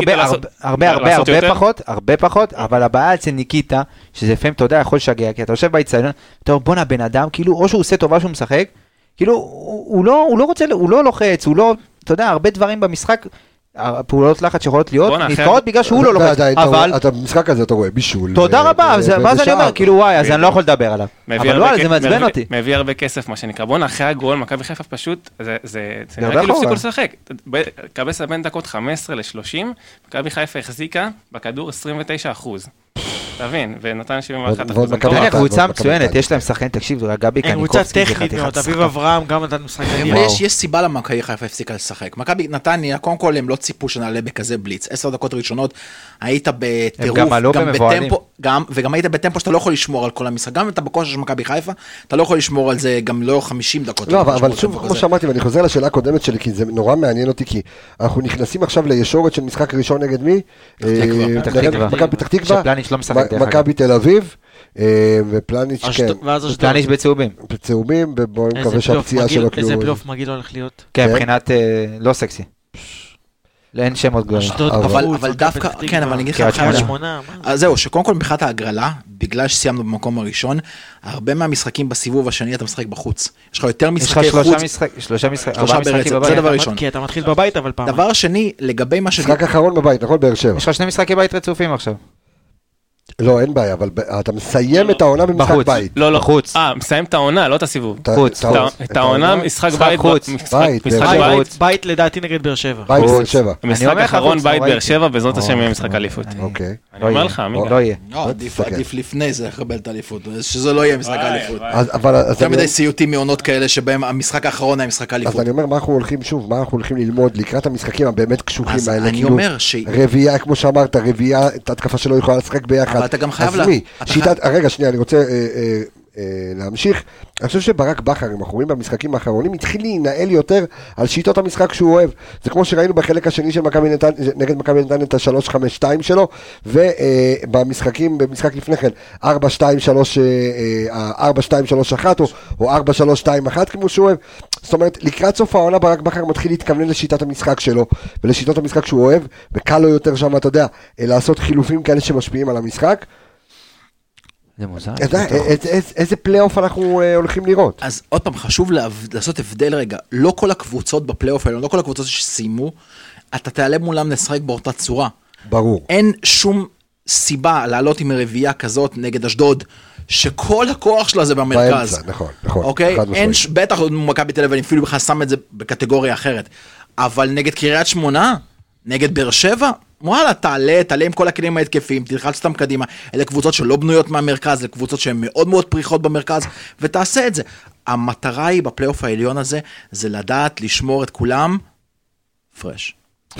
הרבה פחות, אבל הבעיה אצל ניקיטה, שזה לפעמים, אתה יודע, יכול לשגע, כי אתה יושב באצטדיון, אתה אומר, בונה בן אדם, כאילו, או שהוא עושה טובה שהוא משחק, כאילו, הוא לא רוצה, הוא לא לוחץ, הוא לא, אתה יודע, הרבה דברים במשחק, הפעולות לחץ שיכולות להיות, נתקעות בגלל שהוא לא לוחץ, אבל... אתה במשחק הזה, אתה רואה בישול. תודה רבה, ואז אני אומר, כאילו, וואי, אז אני לא יכול לדבר עליו. אבל וואי, זה מעצבן אותי. מביא הרבה כסף, מה שנקרא. בוא אחרי הגול, מכבי חיפה פשוט, זה נראה כאילו הפסיקו לשחק. קבסה בין דקות 15 ל-30, מכבי חיפה החזיקה בכדור 29%. תבין, ונתן 71%. קבוצה מצוינת, יש להם שחקן, תקשיב, גבי קניקובסקי. קבוצה טכנית מאוד, אביב אברהם, גם נתן משחק. יש סיבה למה מכבי חיפה הפסיקה לשחק. מכבי נתניה, קודם כל הם לא ציפו שנעלה בכזה בליץ. 10 דקות ראשונות, היית בטירוף, גם בטמפו, וגם היית בטמפו שאתה לא יכול לשמור על כל המשחק. גם אם אתה בכושר של מכבי חיפה, אתה לא יכול לשמור על זה גם לא 50 דקות. לא, אבל שוב, כמו שאמרתי, ואני חוזר לשאלה הקודמת שלי, כי זה נורא מעניין אותי, כי אנחנו נכנסים עכשיו לישורת של משחק ראשון נגד מי? מכבי פתח תקווה, מכבי תל אביב, ופלניץ' כן. פלניץ' בצהובים. בצהובים, ובואו נקווה שהפציעה שלו כאילו... איזה פלייאוף מגעיל הולך להיות. כן, מבחינת לא סקסי. אין שמות גדולים. אבל דווקא, כן, אבל אני אגיד לך, זהו, שקודם כל מבחינת ההגרלה, בגלל שסיימנו במקום הראשון, הרבה מהמשחקים בסיבוב השני אתה משחק בחוץ. יש לך יותר משחקי חוץ. שלושה משחקים בבית. זה דבר ראשון. כי אתה מתחיל בבית, אבל פעם. דבר שני, לגבי מה משחק אחרון בבית, נכון? באר שבע. יש לך 2 משחקי בית רצופים עכשיו. לא, אין בעיה, אבל אתה מסיים את העונה במשחק בית. לא, חוץ. מסיים את העונה, לא את הסיבוב. חוץ. את העונה, משחק בית. בית לדעתי נגד באר שבע. בית באר שבע. משחק אחרון בית באר שבע, בעזרת השם יהיה משחק אליפות. אוקיי. אני אומר לך, מי לא יהיה. עדיף לפני זה לקבל את האליפות, שזה לא יהיה משחק האליפות. אבל... יותר מדי סיוטים מעונות כאלה שבהם המשחק האחרון היה משחק האליפות. אז אני אומר, מה אנחנו הולכים שוב, מה אנחנו הולכים ללמוד לקראת המשחקים הבאמת קשוחים האלה. אני אומר רביעייה, כמו שאמרת, רביעייה, את התקפה שלא יכולה לשחק ביחד. אבל אתה גם חייב רגע, שנייה, אני רוצה להמשיך. אני חושב שברק בכר, אם אנחנו רואים במשחקים האחרונים, התחיל להינעל יותר על שיטות המשחק שהוא אוהב. זה כמו שראינו בחלק השני של נגד מכבי נתניה את ה-3-5-2 שלו, במשחק לפני כן, 4-2-3-1 או 4-3-2-1 כמו שהוא אוהב. זאת אומרת, לקראת סוף העונה ברק בכר מתחיל להתכוונן לשיטת המשחק שלו, ולשיטות המשחק שהוא אוהב, וקל לו יותר שם, אתה יודע, לעשות חילופים כאלה שמשפיעים על המשחק. זה מוזר. איזה פלייאוף אנחנו הולכים לראות? אז עוד פעם, חשוב לעשות הבדל רגע. לא כל הקבוצות בפלייאוף האלה, לא כל הקבוצות שסיימו, אתה תעלה מולם לשחק באותה צורה. ברור. אין שום סיבה לעלות עם רביעייה כזאת נגד אשדוד, שכל הכוח שלה זה במרכז. באמצע, נכון. אוקיי? בטח מכבי תל אביב, אני אפילו בכלל שם את זה בקטגוריה אחרת. אבל נגד קריית שמונה, נגד באר שבע, וואלה, תעלה עם כל הכלים ההתקפיים, תלחץ אותם קדימה, אלה קבוצות שלא בנויות מהמרכז, אלה קבוצות שהן מאוד מאוד פריחות במרכז, ותעשה את זה. המטרה היא בפלייאוף העליון הזה, זה לדעת לשמור את כולם פרש.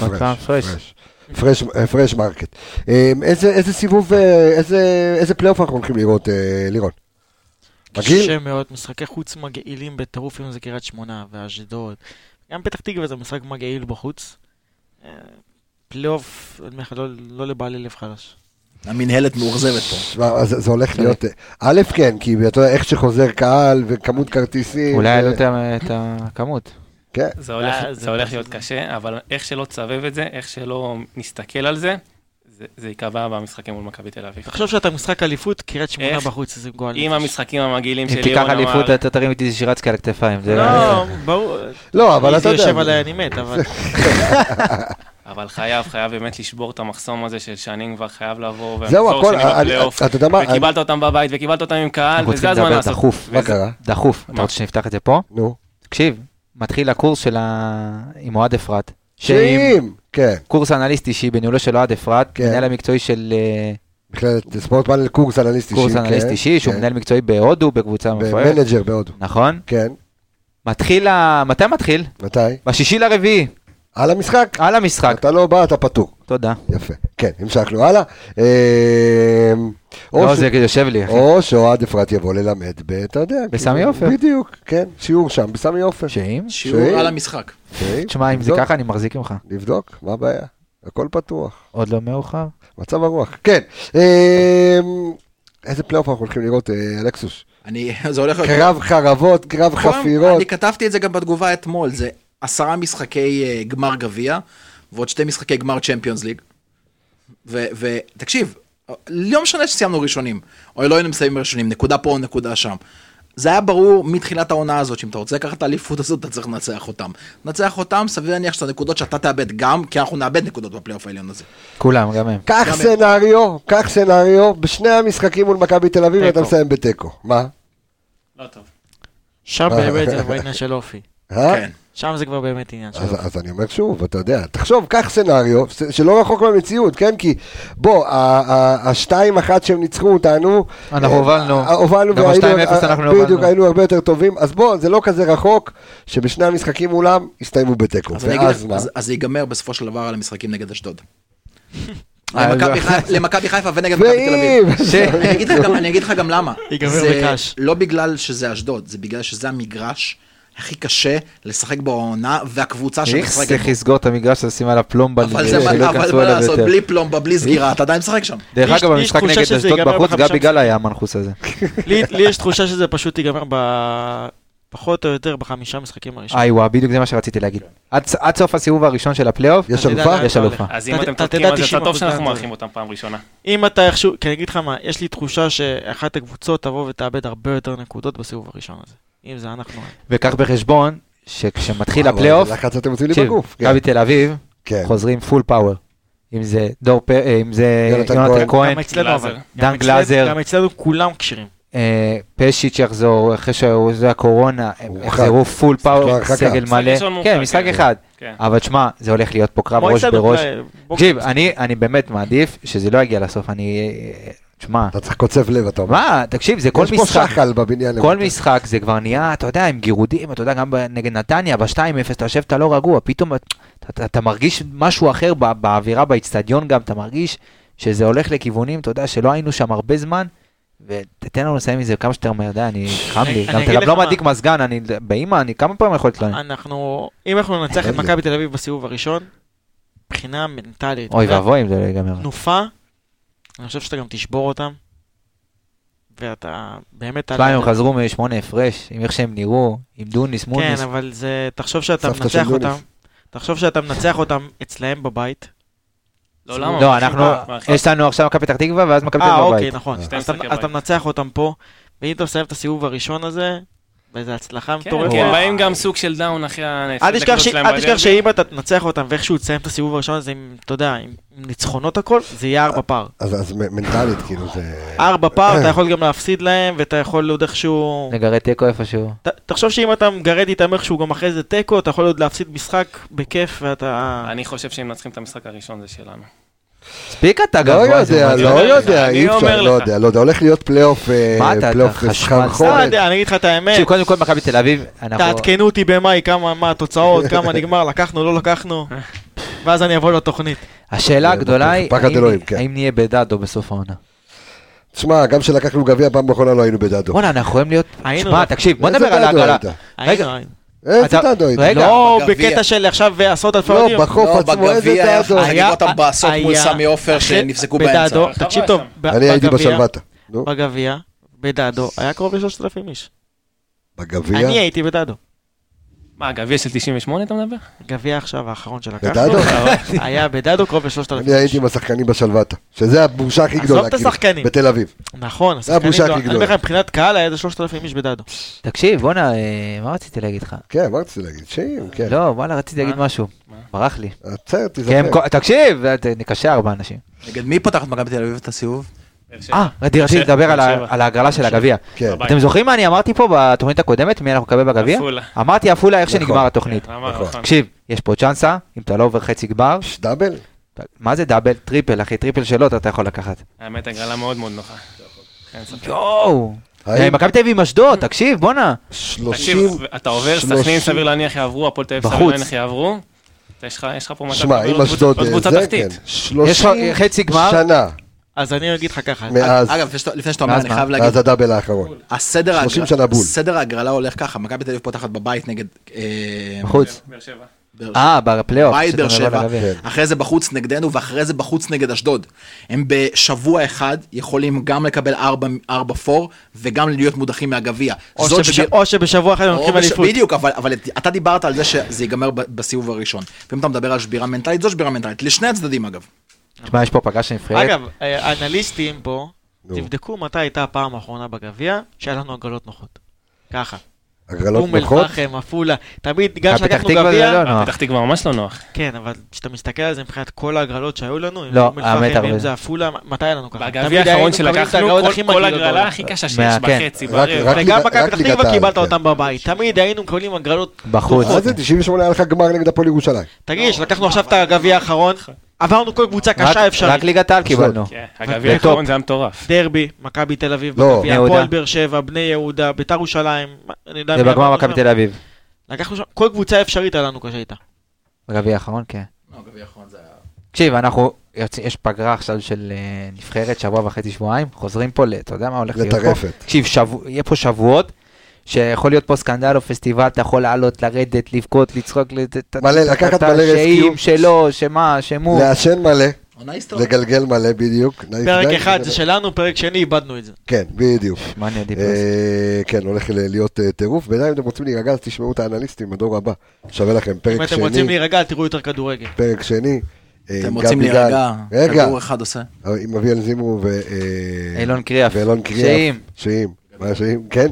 פרש מרקט. איזה סיבוב, איזה פלייאוף אנחנו הולכים לראות, לירון? קשה מאוד, משחקי חוץ מגעילים בטירוף אם זה קריית שמונה ואשדוד. גם פתח תקווה זה משחק מגעיל בחוץ. פלייאוף, לא לבעלי לב חלש. המנהלת מאוכזבת פה. זה הולך להיות, א' כן, כי אתה יודע איך שחוזר קהל וכמות כרטיסים. אולי היה יותר את הכמות. כן. זה הולך להיות קשה, אבל איך שלא תסבב את זה, איך שלא נסתכל על זה, זה יקבע במשחקים מול מכבי תל אביב. תחשוב שאתה משחק אליפות, קריית שמונה בחוץ, זה גועל. עם המשחקים המגעילים אם של תיקח אליפות, אתה תרים איתי שירצקי על הכתפיים. לא, ברור. לא, אבל אתה יודע. זה יושב עליי, אני מת, אבל... אבל חייב באמת לשבור את המחסום הזה של שנים כבר חייב לעבור. זהו, הכל, אתה יודע מה... וקיבלת אותם בבית, וקיבלת אותם עם קהל, וזה הזמן לעשות. מה קרה? דחוף. אתה רוצה שנפתח את זה פה? נו. תקשיב, מתחיל הקורס עם אוהד אפרת. כן. קורס אנליסט אישי בניהולו של אוהד אפרת, מנהל המקצועי של... בכלל, ספורטמן קורס אנליסט אישי. קורס אנליסט אישי, שהוא מנהל מקצועי בהודו, בקבוצה מפוארת. במנג'ר בהודו. נכון? כן. מתי מתחיל? מתי? בשישי לרביעי. על המשחק? על המשחק. אתה לא בא, אתה פתור. תודה. יפה. כן, המשכנו הלאה. לא, זה יושב לי, אחי. או שאוהד אפרת יבוא ללמד, אתה יודע. בסמי עופר. בדיוק, כן. שיעור שם, בסמי עופר. שיעור על המשחק. תשמע, אם זה ככה, אני מחזיק ממך. לבדוק, מה הבעיה? הכל פתוח. עוד לא מאוחר. מצב הרוח. כן. איזה פלייאוף אנחנו הולכים לראות, אלכסוס? זה הולך... קרב חרבות, קרב חפירות. אני כתבתי את זה גם בתגובה אתמול, זה 10 משחקי גמר גביע, ועוד 2 משחקי גמר צ'מפיונס ליג. ותקשיב, לא משנה שסיימנו ראשונים, או לא היינו מסיימים ראשונים, נקודה פה או נקודה שם. זה היה ברור מתחילת העונה הזאת, שאם אתה רוצה לקחת את האליפות הזאת, אתה צריך לנצח אותם. לנצח אותם, סביר להניח שזה נקודות שאתה תאבד גם, כי אנחנו נאבד נקודות בפלייאוף העליון הזה. כולם, גם הם. קח סנריו, בשני המשחקים מול מכבי תל אביב, אתה מסיים בתיקו. מה? לא טוב. שם באמת זה בעניין של אופי. כן. שם זה כבר באמת עניין שלו. אז אני אומר שוב, אתה יודע, תחשוב, קח סנריו, שלא רחוק מהמציאות, כן? כי בוא, ה-2-1 שהם ניצחו אותנו, אנחנו הובלנו, גם ה-2-0 אנחנו הובלנו. בדיוק, היינו הרבה יותר טובים, אז בוא, זה לא כזה רחוק, שבשני המשחקים מולם, הסתיימו בתיקו. ואז מה? אז זה ייגמר בסופו של דבר על המשחקים נגד אשדוד. למכבי חיפה ונגד מכבי תל אביב. אני אגיד לך גם למה. זה לא בגלל שזה אשדוד, זה בגלל שזה המגרש הכי קשה לשחק בעונה, והקבוצה שמשחקת... צריך לסגור את המגרש, לשים על הפלומבה. אבל מה לעשות, בלי פלומבה, בלי סגירה, אתה עדיין משחק שם. דרך אגב, במשחק נגד אשדוד בחוץ, גבי גל היה המנחוס הזה. לי יש תחושה שזה פשוט ייגמר פחות או יותר ב5 משחקים הראשונים. וואו, בדיוק זה מה שרציתי להגיד. עד סוף הסיבוב הראשון של הפלייאוף, יש אלופה? יש אלופה. אז אם אתם תודקים על זה, זה טוב שאנחנו מארחים אותם פעם ראשונה. אם אתה איכשהו, כי אני אגיד לך מה, יש לי תחושה שאחת הקבוצות תבוא ותאבד הרבה יותר נקודות בסיבוב הראשון הזה. אם זה אנחנו... וכך בחשבון, שכשמתחיל הפלייאוף, גבי תל אביב, חוזרים פול פאוור. אם זה יונתן כהן, דן גלאזר. גם אצלנו כולם קשירים. פשיץ' יחזור, אחרי שזה הקורונה, יחזרו פול פאוור, סגל מלא. כן, משחק אחד. אבל תשמע, זה הולך להיות פה קרב ראש בראש. תקשיב, אני באמת מעדיף שזה לא יגיע לסוף, תשמע. אתה צריך קוצב לב, אתה אומר. מה, תקשיב, זה כל משחק. יש פה שחל בבניין. כל משחק זה כבר נהיה, אתה יודע, עם גירודים, אתה יודע, גם נגד נתניה, ב-2-0, אתה יושב, אתה לא רגוע, פתאום אתה מרגיש משהו אחר באווירה, באצטדיון גם, אתה מרגיש שזה הולך לכיוונים, אתה יודע, שלא היינו שם הרבה זמן, ותתן לנו לסיים מזה כמה שאתה אומר, אני חם לי, גם אתה גם לא מדליק מזגן, באמא, אני כמה פעמים יכול להתלונן. אם אנחנו ננצח את מכבי תל אביב בסיבוב הראשון, מבחינה מנטלית, אוי ואבוי אם זה לא ייגמר. תנופה, אני חושב שאתה גם תשבור אותם, ואתה באמת... פעם הם חזרו מ8 הפרש, עם איך שהם נראו, עם דוניס, מוניס. כן, אבל זה, תחשוב שאתה מנצח אותם אצלהם בבית. לא, יש לנו עכשיו מכבי פתח תקווה, ואז מכבי תל אביב בבית. אוקיי, נכון. אז אתה מנצח אותם פה, ואם אתה מסיים את הסיבוב הראשון הזה, וזו הצלחה מטורפת. כן, באים גם סוג של דאון אחרי הנקודות שלהם בדרך. אל תשכח שאם אתה תנצח אותם, ואיכשהו תסיים את הסיבוב הראשון הזה, אתה יודע, עם ניצחונות הכל, זה יהיה 4 פער. אז מנטלית, כאילו זה... 4 פער, אתה יכול גם להפסיד להם, ואתה יכול עוד איכשהו... לגרד טקו איפשהו. תחשוב שאם אתה מגרד איתם איכשהו גם אחרי זה טקו, אתה יכול עוד להפסיד משחק בכיף, ואתה... אני חושב שאם מנצחים את המשחק הראשון, זה שלנו. ספיק אתה גבוה. לא יודע, אי אפשר, לא יודע, הולך להיות פלייאוף חשמל. אני אגיד לך את האמת. קודם כל מכבי תל אביב, תעדכנו אותי במאי, מה התוצאות, כמה נגמר, לקחנו, לא לקחנו, ואז אני אבוא לתוכנית. השאלה הגדולה היא, האם נהיה בדאדו בסוף העונה? תשמע, גם שלקחנו גביע, פעם באחרונה לא היינו בדאדו. בוא'נה, אנחנו יכולים להיות... תשמע, תקשיב, בוא נדבר על ההגרלה. רגע. איזה דאדו היית? לא בקטע של עכשיו עשרות אלפי עודים. לא, בחוף עצמו, איזה דאדו? חגיג אותם בסוף מול סמי עופר שנפסקו באמצע. תקשיב טוב, אני הייתי בשלוותה. בגביע, בדאדו, היה קרוב ל3,000 איש. בגביע? אני הייתי בדאדו. מה, גביע של 98 אתה מדבר? גביע עכשיו האחרון של לקחנו. בדדו? היה בדדו קרוב ל-3,000. אני הייתי עם השחקנים בשלוותה, שזה הבושה הכי גדולה, עזוב את השחקנים. בתל אביב. נכון, הבושה השחקנים, הכי אני גדולה. אומר לך, מבחינת קהל היה איזה 3,000 איש בדדו. תקשיב, בוא'נה, מה רציתי להגיד לך? כן, מה רציתי להגיד? שאים, כן. לא, וואלה, רציתי להגיד משהו. ברח לי. בסדר, תזכר. תקשיב, נקשה 4 אנשים. נגד מי פותחת מכבי בתל אביב את הסיבוב? רציתי לדבר על ההגרלה של הגביע. כן. אתם זוכרים מה אני אמרתי פה בתוכנית הקודמת, מי אנחנו נקבל בגביע? עפולה. אמרתי עפולה איך שנגמר התוכנית. נכון. תקשיב, יש פה צ'אנסה, אם אתה לא עובר חצי גמר, דאבל? מה זה דאבל? טריפל, אחי, טריפל שלו אתה יכול לקחת. האמת, הגרלה מאוד מאוד נוחה. יואו! האם- מכבי תל אביב עם אשדוד, תקשיב, בואנה. 30... תקשיב, אתה עובר, סכנין סביר להניח יעברו, הפועל תל אביב סביר בחוץ. להניח יעברו. יש לך פה מצב, שמע, אם אשדוד קבוצה זה, תחתית. כן. יש 30 חצי גמר. שנה אז אני אגיד לך ככה, מאז אגב, לפני שאתה אומר, מאז אני מה? חייב להגיד, מאז הדאבל האחרון. 30 שנה בול. סדר ההגרלה הולך ככה, מכבי תל אביב פותחת בבית נגד... בחוץ. באר שבע. בפלייאוף. בית באר שאתה מדבר שבע, על הגביע. אחרי זה בחוץ נגדנו, ואחרי זה בחוץ נגד אשדוד. הם בשבוע אחד יכולים גם לקבל 4-4 וגם להיות מודחים מהגביע. או שבשבוע אחד הם לוקחים אליפות. בדיוק, אבל אתה דיברת על זה שזה ייגמר בסיבוב הראשון. ואם אתה מדבר על שבירה מנטלית, זו שבירה מנטלית, לשני הצדדים אגב. תשמע, יש פה פגש של נבחרת. אגב, האנליסטים פה, נו. תבדקו מתי הייתה הפעם האחרונה בגביע, שהיה לנו הגרלות נוחות. ככה. הגרלות אום נוחות? אל-פחם, עפולה, תמיד, גם פתח שלקחנו תקווה זה גביע, לא נוח. פתח תקווה ממש לא נוח. כן, אבל כשאתה מסתכל על זה מבחינת כל ההגרלות שהיו לנו, אם לא, אום אל-פחם, האמת, אם אבל- זה עפולה, מתי היה לנו ככה? בגביע תמיד האחרון היינו מקבלים את שלקחנו, ההגרלות הכי כל מגעילות הגרלה בעולם. הכי קשה שיש, כן. בחצי, רק ברבע. וגם רק מכבי פתח ליגת תקווה העל, קיבלת כן. אותם בבית, תמיד היינו מקבלים הגרלות. בחוץ. מה זה? 98 היה לך גמר נגד הפועל ירושלים. תגיד, שלקחנו עכשיו את הגביע האחרון, עברנו כל קבוצה קשה אפשרית. רק ליגת העל קיבלנו. כן, הגביע האחרון זה היה מטורף. דרבי, מכבי תל אביב, לא. בגביע, יהודה. הפועל באר שבע, בני יהודה, ביתר ירושלים, אני יודע זה מי בגמר אמרנו מכבי שם. תל אביב. לקחנו שם, כל קבוצה אפשרית היה לנו קשה איתה. בגביע האחרון, כן. תקשיב, יש פגרה עכשיו של נבחרת, שבוע וחצי, שבועיים, חוזרים פה, אתה יודע מה הולך להיות פה? לטרפת. תקשיב, יהיה פה שבועות, שיכול להיות פה סקנדל או פסטיבל, אתה יכול לעלות, לרדת, לבכות, לצחוק, מלא, לקחת מלא שאים, רסקיו. שלו, שמה, שמו. לעשן מלא, עונה היסטורית. לגלגל מלא בדיוק. פרק אחד זה שלנו, פרק שני איבדנו את זה. כן, בדיוק. מה אני עדיף? כן, הולך להיות טירוף. בינתיים אם אתם רוצים להירגע, אז תשמעו את האנליסטים בדור הבא. שווה לכם אם פרק אתם רוצים שני. להירגע, תראו יותר כדורגל. פרק שני. אתם רוצים להירגע, רגע, כדור אחד עושה. עם אביאל זימו אילון קריאף. ואילון קריאף. שאים. שאים. מה שאים, כן.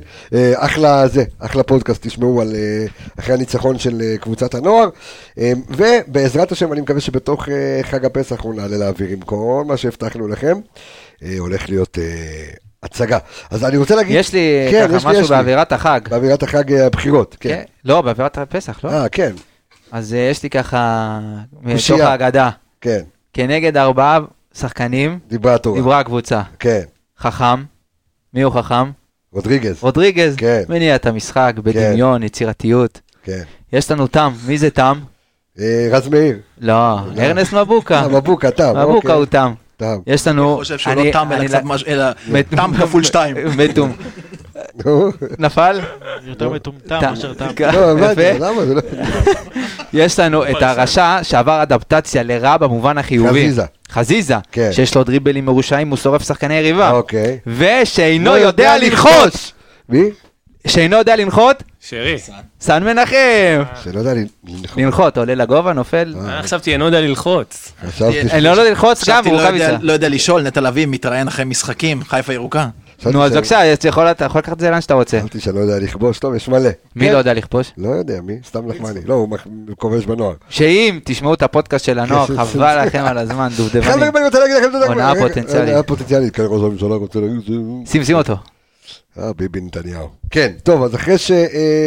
אחלה פודקאסט, תשמעו על אחרי הניצחון של קבוצת הנוער. ובעזרת השם, אני מקווה שבתוך חג הפסח אנחנו נעלה לאוויר עם כל מה שהבטחנו לכם. הולך להיות הצגה. אז אני רוצה להגיד... יש לי כן, ככה משהו באווירת החג. באווירת החג הבחירות, כן. כן. לא, באווירת הפסח, לא? כן, אז יש לי ככה, מתוך קושייה. ההגדה, כן. כנגד 4 שחקנים, דיברה התורה. דיברה הקבוצה. כן. חכם, מי הוא חכם? רודריגז. רודריגז, כן. מניע את המשחק, בדמיון, יצירתיות. כן. יש לנו תם, מי זה תם? רז מאיר. לא, ארנס מבוקה. מבוקה, תם. מבוקה אוקיי. הוא תם. תם. יש לנו... אני חושב שהוא לא תם, אלא קצת משהו, אלא תם כפול 2. מטום. נו. נפל? זה יותר מטומטם מאשר טעם. לא, הבנתי, יפה. למה זה לא... יש לנו את הרשע שעבר אדפטציה לרע במובן החיובי. חזיזה. חזיזה, כן. שיש לו דריבלים מרושעים, הוא שורף שחקני יריבה. אוקיי. ושאינו לא יודע ללחוץ. מי? שאינו יודע לנחות, שרי. סן מנחם. שלא יודע לנחות, עולה לגובה, נופל. עכשיו תהיה נודה ללחוץ. חשבתי אני לא יודע ללחוץ גם, חשבתי, הוא רוקאביצה. לא יודע לשאול, נטע לביא מתראיין אחרי משחקים, חיפה ירוקה. נו, אז בבקשה, אתה יכול לקחת את זה לאן שאתה רוצה. חשבתי שאני לא יודע לכבוש, טוב, יש מלא. מי כן. לא יודע לכבוש? לא יודע, מי? סתם לחמני. לא, הוא כובש בנוער. שאם תשמעו את הפודקאסט של הנוער, כן, חבל לכם על הזמן, דובדבנים. חברים, אני רוצה להגיד לכם תודה. הונאה פוטנציאלית. הונאה פוטנציאלית, כן, ראש הממשלה רוצה להגיד את זה. שים אותו. ביבי נתניהו. כן, טוב, אז אחרי ש...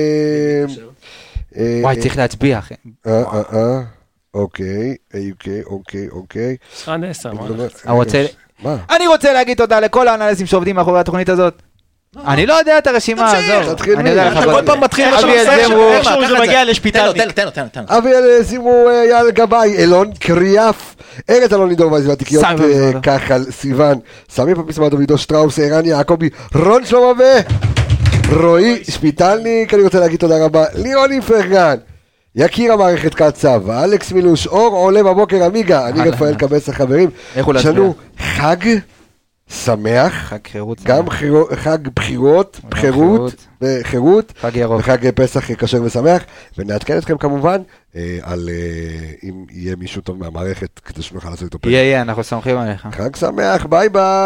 וואי, צריך להצביע, אחי. אוקיי. יש לך עד 10, מה? מה? אני רוצה להגיד תודה לכל האנליסטים שעובדים מאחורי התוכנית הזאת. אני לא יודע את הרשימה הזאת. תתחיל אני יודע מי? לך. אתה כל פעם מתחיל אבי משהו אלזמרו. איכשהו זה מגיע לשפיטלניק. תן לו. אביאל זימו, אייל גבאי, אילון קריאף, ארץ אלון לידור והתיקיות סמי פפיסמדו. כחל סיוון, סמי פפיסמדו, עידו שטראוס, ערן יעקבי, רון שלמה רועי שפיטלניק. אני רוצה להגיד תודה רבה לירון איפרגן, יקיר המערכת קצב, אלכס מילוש, אור עולה בבוקר, עמיגה, אני רפאל קבס החברים. איך הוא יש לנו חג שמח, חג חירות. גם חג בחירות, חירות, חג ירוק. וחג פסח כשר ושמח, ונעדכן אתכם כמובן על אם יהיה מישהו טוב מהמערכת כדי שנוכל לעשות איתו פרק. יהיה, אנחנו סומכים עליך. חג שמח, ביי ביי.